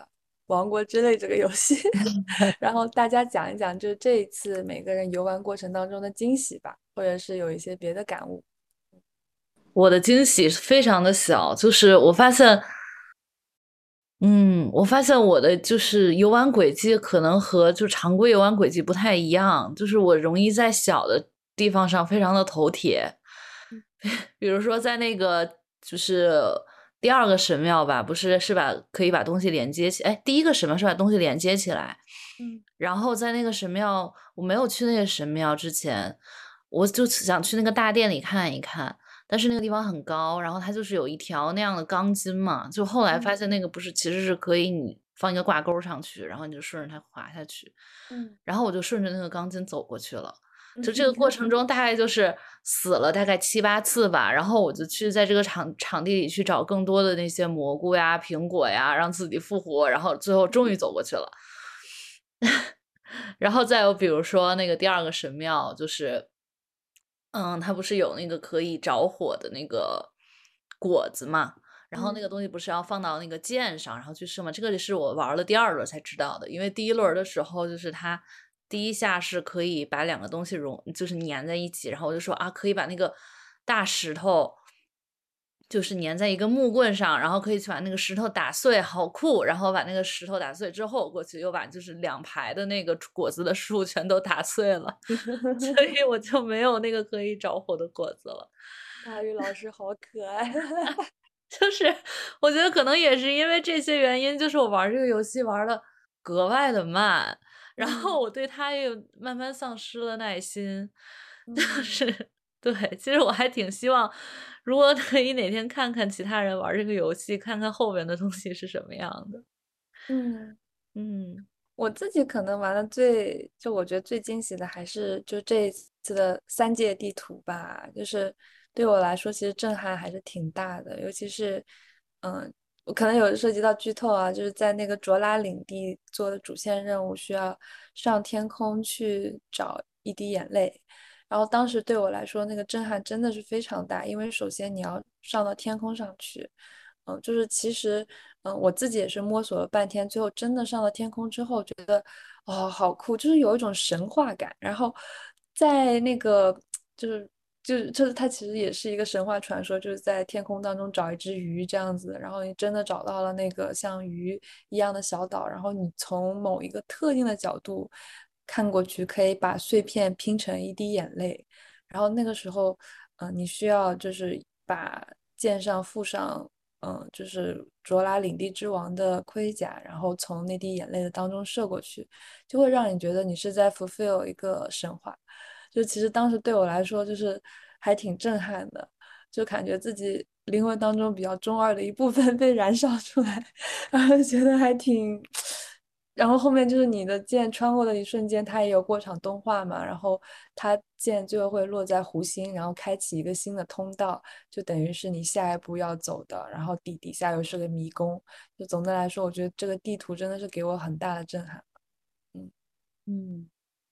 王国之泪》这个游戏，然后大家讲一讲，就这一次每个人游玩过程当中的惊喜吧，或者是有一些别的感悟。 我的惊喜非常的小，就是我发现，嗯，我发现我的就是游玩轨迹可能和就常规游玩轨迹不太一样，就是我容易在小的地方上非常的头铁，比如说在那个就是第二个神庙吧，不是是把可以把东西连接起，哎，第一个神庙是把东西连接起来， 嗯， 然后在那个神庙，我没有去那个神庙之前，我就想去那个大殿里看一看。但是那个地方很高，然后它就是有一条那样的钢筋嘛，就后来发现那个不是，其实是可以你放一个挂钩上去，然后你就顺着它滑下去， 嗯， 然后我就顺着那个钢筋走过去了。就这个过程中大概就是死了大概七八次吧，然后我就去在这个场场地里去找更多的那些蘑菇呀、苹果呀，让自己复活，然后最后终于走过去了。然后再有比如说那个第二个神庙，就是嗯，它不是有那个可以着火的那个果子嘛？然后那个东西不是要放到那个箭上，然后去射吗？这个是我玩了第二轮才知道的，因为第一轮的时候就是它第一下是可以把两个东西融，就是粘在一起，然后我就说啊，可以把那个大石头就是粘在一个木棍上，然后可以去把那个石头打碎，好酷！然后把那个石头打碎之后，过去又把就是两排的那个果子的树全都打碎了，所以我就没有那个可以着火的果子了。 大鱼老师好可爱。 就是我觉得可能也是因为这些原因，就是我玩这个游戏玩的格外的慢，然后我对它也慢慢丧失了耐心。就是对，其实我还挺希望，如果可以哪天看看其他人玩这个游戏，看看后面的东西是什么样的。 嗯嗯我自己可能玩的最，就我觉得最惊喜的还是就这一次的三界地图吧，就是对我来说其实震撼还是挺大的，尤其是，嗯，我可能有涉及到剧透啊，就是在那个卓拉领地做的主线任务，需要上天空去找一滴眼泪，然后当时对我来说那个震撼真的是非常大，因为首先你要上到天空上去。嗯，就是其实，嗯，我自己也是摸索了半天，最后真的上了天空之后，觉得，哦，好酷，就是有一种神话感。然后，在那个，就是就是就是它其实也是一个神话传说，就是在天空当中找一只鱼这样子，然后你真的找到了那个像鱼一样的小岛，然后你从某一个特定的角度看过去，可以把碎片拼成一滴眼泪。然后那个时候，嗯、你需要就是把剑上附上。嗯，就是卓拉领地之王的盔甲，然后从那滴眼泪的当中射过去，就会让你觉得你是在 fulfill 一个神话。就其实当时对我来说，就是还挺震撼的，就感觉自己灵魂当中比较中二的一部分被燃烧出来，然后觉得还挺。然后后面就是你的剑穿过的一瞬间，它也有过场动画嘛，然后它剑最后会落在湖心，然后开启一个新的通道，就等于是你下一步要走的，然后底底下又是个迷宫。就总的来说，我觉得这个地图真的是给我很大的震撼。嗯嗯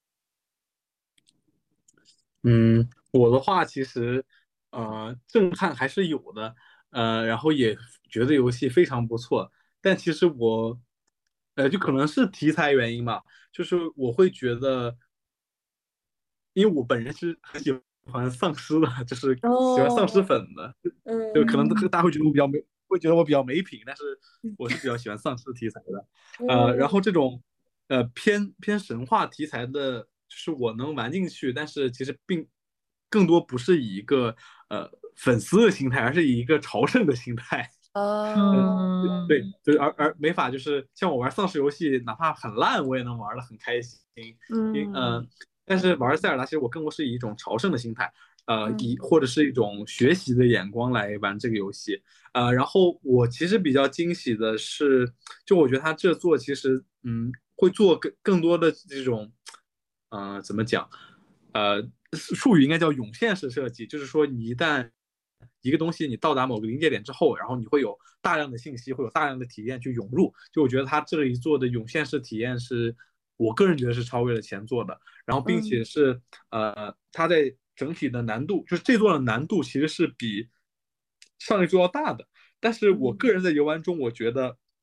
嗯，我的话其实，呃，震撼还是有的，呃，然后也觉得游戏非常不错，但其实我，呃，就可能是题材原因吧，就是我会觉得，因为我本人是很喜欢丧尸的，就是喜欢丧尸哦， 粉的，就可能嗯大家会觉得我比较没，会觉得我比较没品，但是我是比较喜欢丧尸题材的，呃，然后嗯这种呃偏偏神话题材的，就是我能玩进去，但是其实并更多不是以一个呃粉丝的心态，而是以一个朝圣的心态。 哦， 对， 嗯就是而而没法就是像我玩丧尸游戏，哪怕很烂，我也能玩的很开心。因呃， 嗯但是玩塞尔达其实我更多是以一种朝圣的心态，呃，以嗯或者是一种学习的眼光来玩这个游戏。呃，然后我其实比较惊喜的是，就我觉得他这做其实嗯会做更更多的这种，呃，怎么讲？呃，术语应该叫涌现式设计，就是说你一旦一个东西你到达某个临界点之后，然后你会有大量的信息，会有大量的体验去涌入。就我觉得它这一做的涌现式体验是我个人觉得是超越了前作的，然后并且嗯是呃，它在整体的难度，就是这座的难度其实是比上一座要大的。但是我个嗯人在游玩中，我觉得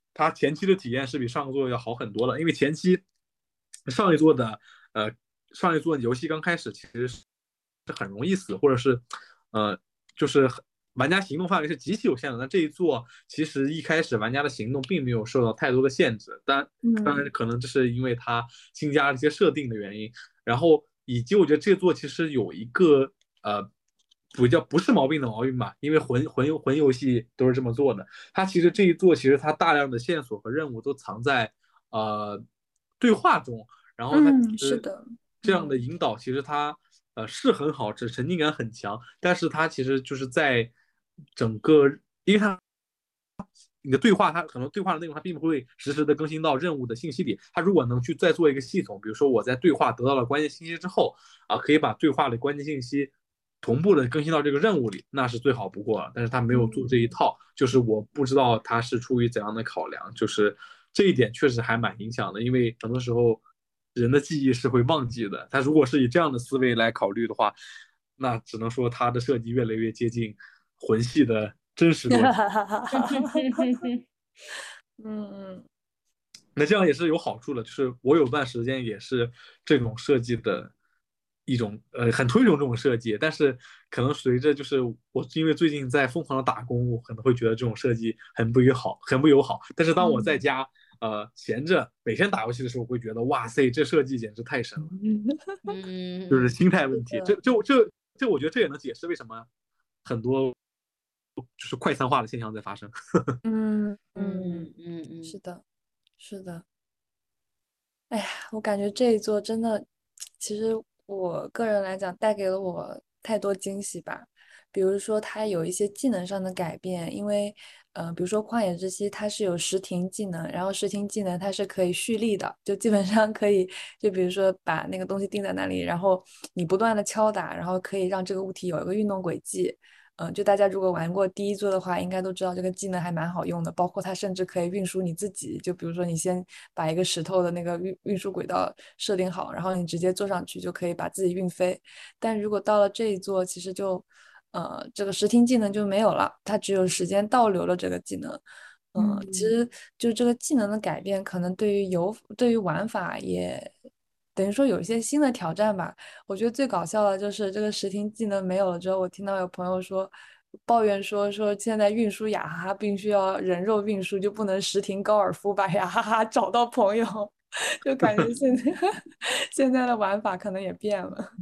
它前期的体验是比上一座要好很多了，因为前期上一座的呃上一座游戏刚开始其实是很容易死，或者是呃就是玩家行动范围是极其有限的。那这一座其实一开始玩家的行动并没有受到太多的限制，但当然可能这是因为它新加了一些设定的原因，然后以及我觉得这座其实有一个呃。比较不是毛病的毛病吧，因为魂魂魂游戏都是这么做的。它其实这一座其实它大量的线索和任务都藏在呃对话中，然后它嗯，是呃的， 这样的引导其实它呃是很好，这沉浸感很强，但是它其实就是在整个，因为它你的对话，它可能对话的内容它并不会实时的更新到任务的信息里。它如果能去再做一个系统，比如说我在对话得到了关键信息之后啊，可以把对话的关键信息同步的更新到这个任务里，那是最好不过了。但是他没有做这一套，就是我不知道他是出于怎样的考量，就是这一点确实还蛮影响的，因为很多时候人的记忆是会忘记的。他如果是以这样的思维来考虑的话，那只能说他的设计越来越接近魂系的真实逻辑。 嗯那这样也是有好处的，就是我有段时间也是这种设计的一种，呃，很推崇这种设计，但是可能随着就是我因为最近在疯狂的打工，我可能会觉得这种设计很不友好，很不友好。但是当我在家呃闲着每天打游戏的时候，我会觉得哇塞，这设计简直太神了， 嗯， 就是心态问题。这是的这这这，我觉得这也能解释为什么很多就是快餐化的现象在发生。 嗯嗯嗯， 嗯嗯是的，是的。哎呀，我感觉这一座真的，其实我个人来讲，带给了我太多惊喜吧。比如说，它有一些技能上的改变，因为，呃，比如说旷野之息，它是有时停技能，然后时停技能它是可以蓄力的，就基本上可以，就比如说把那个东西定在那里，然后你不断的敲打，然后可以让这个物体有一个运动轨迹。嗯，就大家如果玩过第一座的话，应该都知道这个技能还蛮好用的，包括它甚至可以运输你自己。就比如说，你先把一个石头的那个运运输轨道设定好，然后你直接坐上去就可以把自己运飞。但如果到了这一座，其实就呃这个时停技能就没有了，它只有时间倒流了这个技能。嗯，其实就这个技能的改变，可能对于游对于玩法也等于说有一些新的挑战吧。我觉得最搞笑的就是这个时停技能没有了之后，我听到有朋友说抱怨说说现在运输雅哈哈必须要人肉运输，就不能时停高尔夫把雅哈哈找到朋友，就感觉现在现在的玩法可能也变了。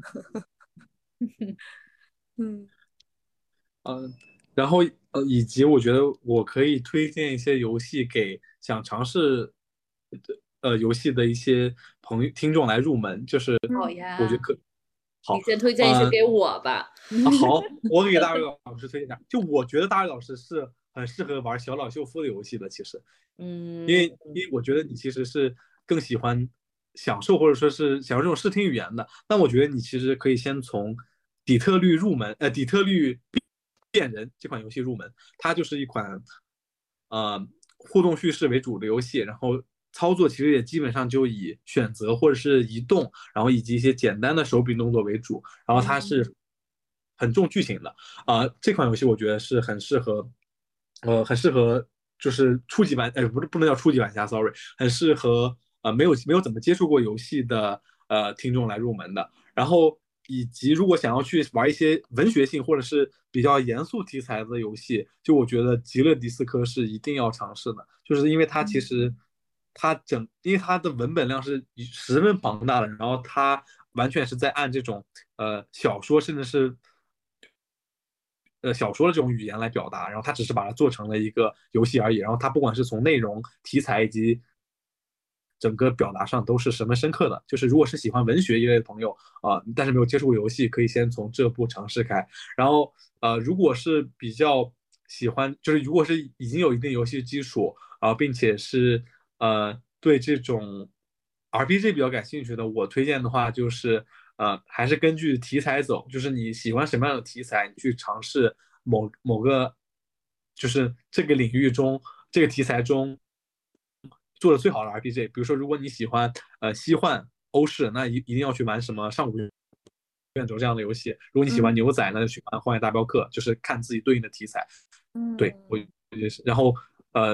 嗯嗯，然后呃，以及我觉得我可以推荐一些游戏给想尝试呃游戏的一些朋友听众来入门，就是好嗯呀， 我觉得可好。 你先推荐一些嗯、 给我吧。 啊，好，我给大卫老师推荐一下。就我觉得大卫老师是很适合玩小岛秀夫的游戏的，其实，因嗯为因为我觉得你其实是更喜欢享受或者说是享受这种视听语言的。但我觉得你其实可以先从底特律入门，呃，底特律变人这款游戏入门，它就是一款呃互动叙事为主的游戏，然后操作其实也基本上就以选择或者是移动，然后以及一些简单的手柄动作为主，然后它是很重剧情的啊、呃这款游戏我觉得是很适合，呃，很适合就是初级玩，哎，不是不能叫初级玩家，sorry，很适合呃没有没有怎么接触过游戏的呃听众来入门的。然后以及如果想要去玩一些文学性或者是比较严肃题材的游戏，就我觉得极乐迪斯科是一定要尝试的，就是因为它其实它整，因为它的文本量是十分庞大的，然后它完全是在按这种呃小说甚至是呃小说的这种语言来表达，然后它只是把它做成了一个游戏而已，然后它不管是从内容、题材以及整个表达上都是十分深刻的。就是如果是喜欢文学一类的朋友啊、呃但是没有接触过游戏，可以先从这部尝试开。然后呃，如果是比较喜欢，就是如果是已经有一定游戏基础啊、呃并且是呃对这种 R P G 比较感兴趣的，我推荐的话就是呃还是根据题材走，就是你喜欢什么样的题材，你去尝试某某个就是这个领域中这个题材中做的最好的 R P G。比如说，如果你喜欢呃西幻、欧式，那一一定要去玩什么上古卷轴这样的游戏。如果你喜欢嗯牛仔，那就去玩荒野大镖客，就是看自己对应的题材。对我嗯也是。然后呃，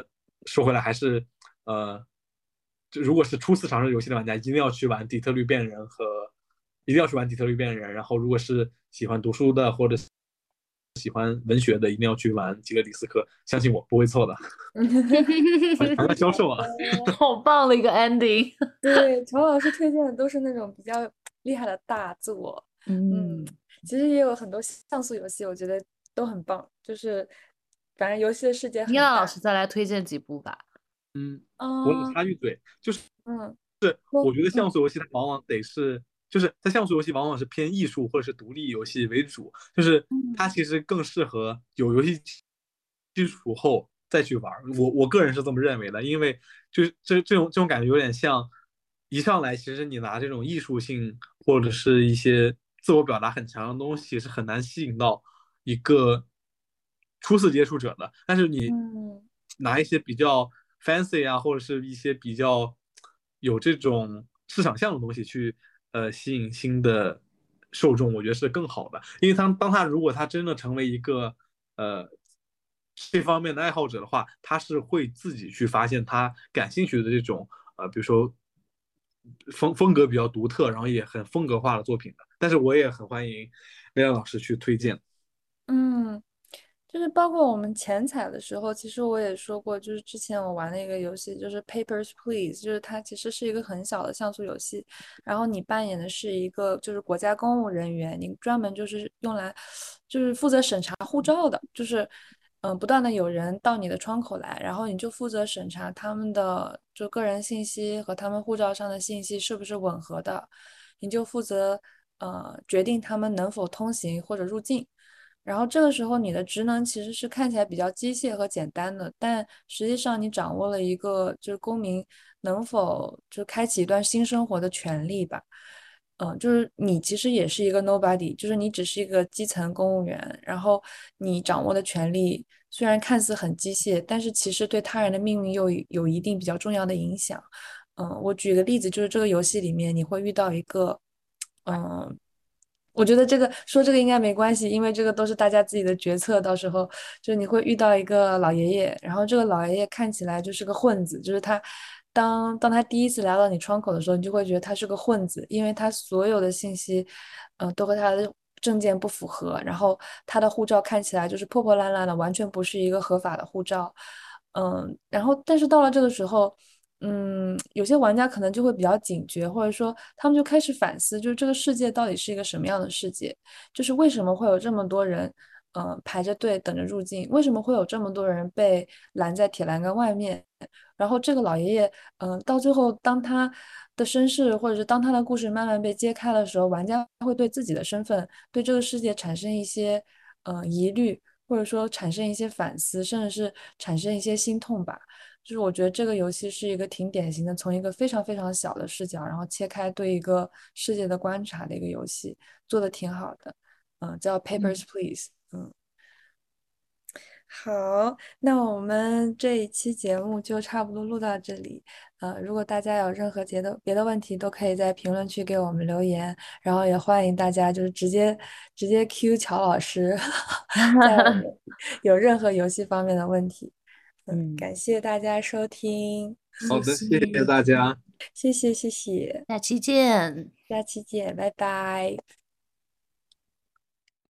说回来还是呃，就如果是初次尝试游戏的玩家，一定要去玩底特律变人和一定要去玩底特律变人。然后如果是喜欢读书的或者喜欢文学的，一定要去玩吉格里斯科，相信我不会错的。好像销售啊。 好棒的一个 ending。 对，乔老师推荐的都是那种比较厉害的大作。嗯， 嗯， 其实也有很多像素游戏，我觉得都很棒。就是反正游戏的世界很大。 米娅老师再来推荐几部吧。 嗯，我有嗯插一嘴，就是嗯， 我觉得嗯像素游戏它往往得是，就是在像素游戏往往是偏艺术或者是独立游戏为主，就是它嗯其实更适合有游戏基础后再去玩。我我个人是这么认为的，因为就是这这种这种感觉有点像一上来，其实你拿这种艺术性或者是一些自我表达很强的东西是很难吸引到一个初次接触者的。但是你嗯拿一些比较 fancy 啊，或者是一些比较有这种市场项的东西去呃吸引新的受众，我觉得是更好的。因为他当他如果他真的成为一个呃这方面的爱好者的话，他是会自己去发现他感兴趣的这种呃，比如说风风格比较独特，然后也很风格化的作品的。但是我也很欢迎薇娅老师去推荐。 嗯。就是包括我们前采的时候，其实我也说过，就是之前我玩的一个游戏，就是 Papers Please，就是它其实是一个很小的像素游戏，然后你扮演的是一个就是国家公务人员，你专门就是用来就是负责审查护照的，就是嗯、呃不断的有人到你的窗口来，然后你就负责审查他们的就个人信息和他们护照上的信息是不是吻合的，你就负责呃决定他们能否通行或者入境。然后这个时候你的职能其实是看起来比较机械和简单的，但实际上你掌握了一个就是公民能否就开启一段新生活的权利吧。嗯，就是你其实也是一个 nobody，就是你只是一个基层公务员，然后你掌握的权利虽然看似很机械，但是其实对他人的命运又有有一定比较重要的影响。嗯，我举个例子，就是这个游戏里面你会遇到一个，嗯。我觉得这个说这个应该没关系，因为这个都是大家自己的决策。到时候就是你会遇到一个老爷爷，然后这个老爷爷看起来就是个混子，就是他当当他第一次来到你窗口的时候，你就会觉得他是个混子，因为他所有的信息，嗯、都和他的证件不符合，然后他的护照看起来就是破破烂烂的，完全不是一个合法的护照。嗯，然后但是到了这个时候。嗯，有些玩家可能就会比较警觉，或者说他们就开始反思，就是这个世界到底是一个什么样的世界？就是为什么会有这么多人，呃，排着队等着入境？为什么会有这么多人被拦在铁栏杆外面？然后这个老爷爷，嗯、到最后当他的身世或者是当他的故事慢慢被揭开的时候，玩家会对自己的身份、对这个世界产生一些，呃，疑虑，或者说产生一些反思，甚至是产生一些心痛吧。就是我觉得这个游戏是一个挺典型的，从一个非常非常小的视角，然后切开对一个世界的观察的一个游戏，做的挺好的。嗯，叫 Papers 嗯 Please。嗯，好，那我们这一期节目就差不多录到这里。呃，如果大家有任何别的别的问题，都可以在评论区给我们留言，然后也欢迎大家就是直接直接 Q 乔老师，在我们有任何游戏方面的问题。嗯， 嗯， 感谢大家收听， 好的， 谢谢谢大家。 谢谢谢谢， 下期见。 下期见，拜拜。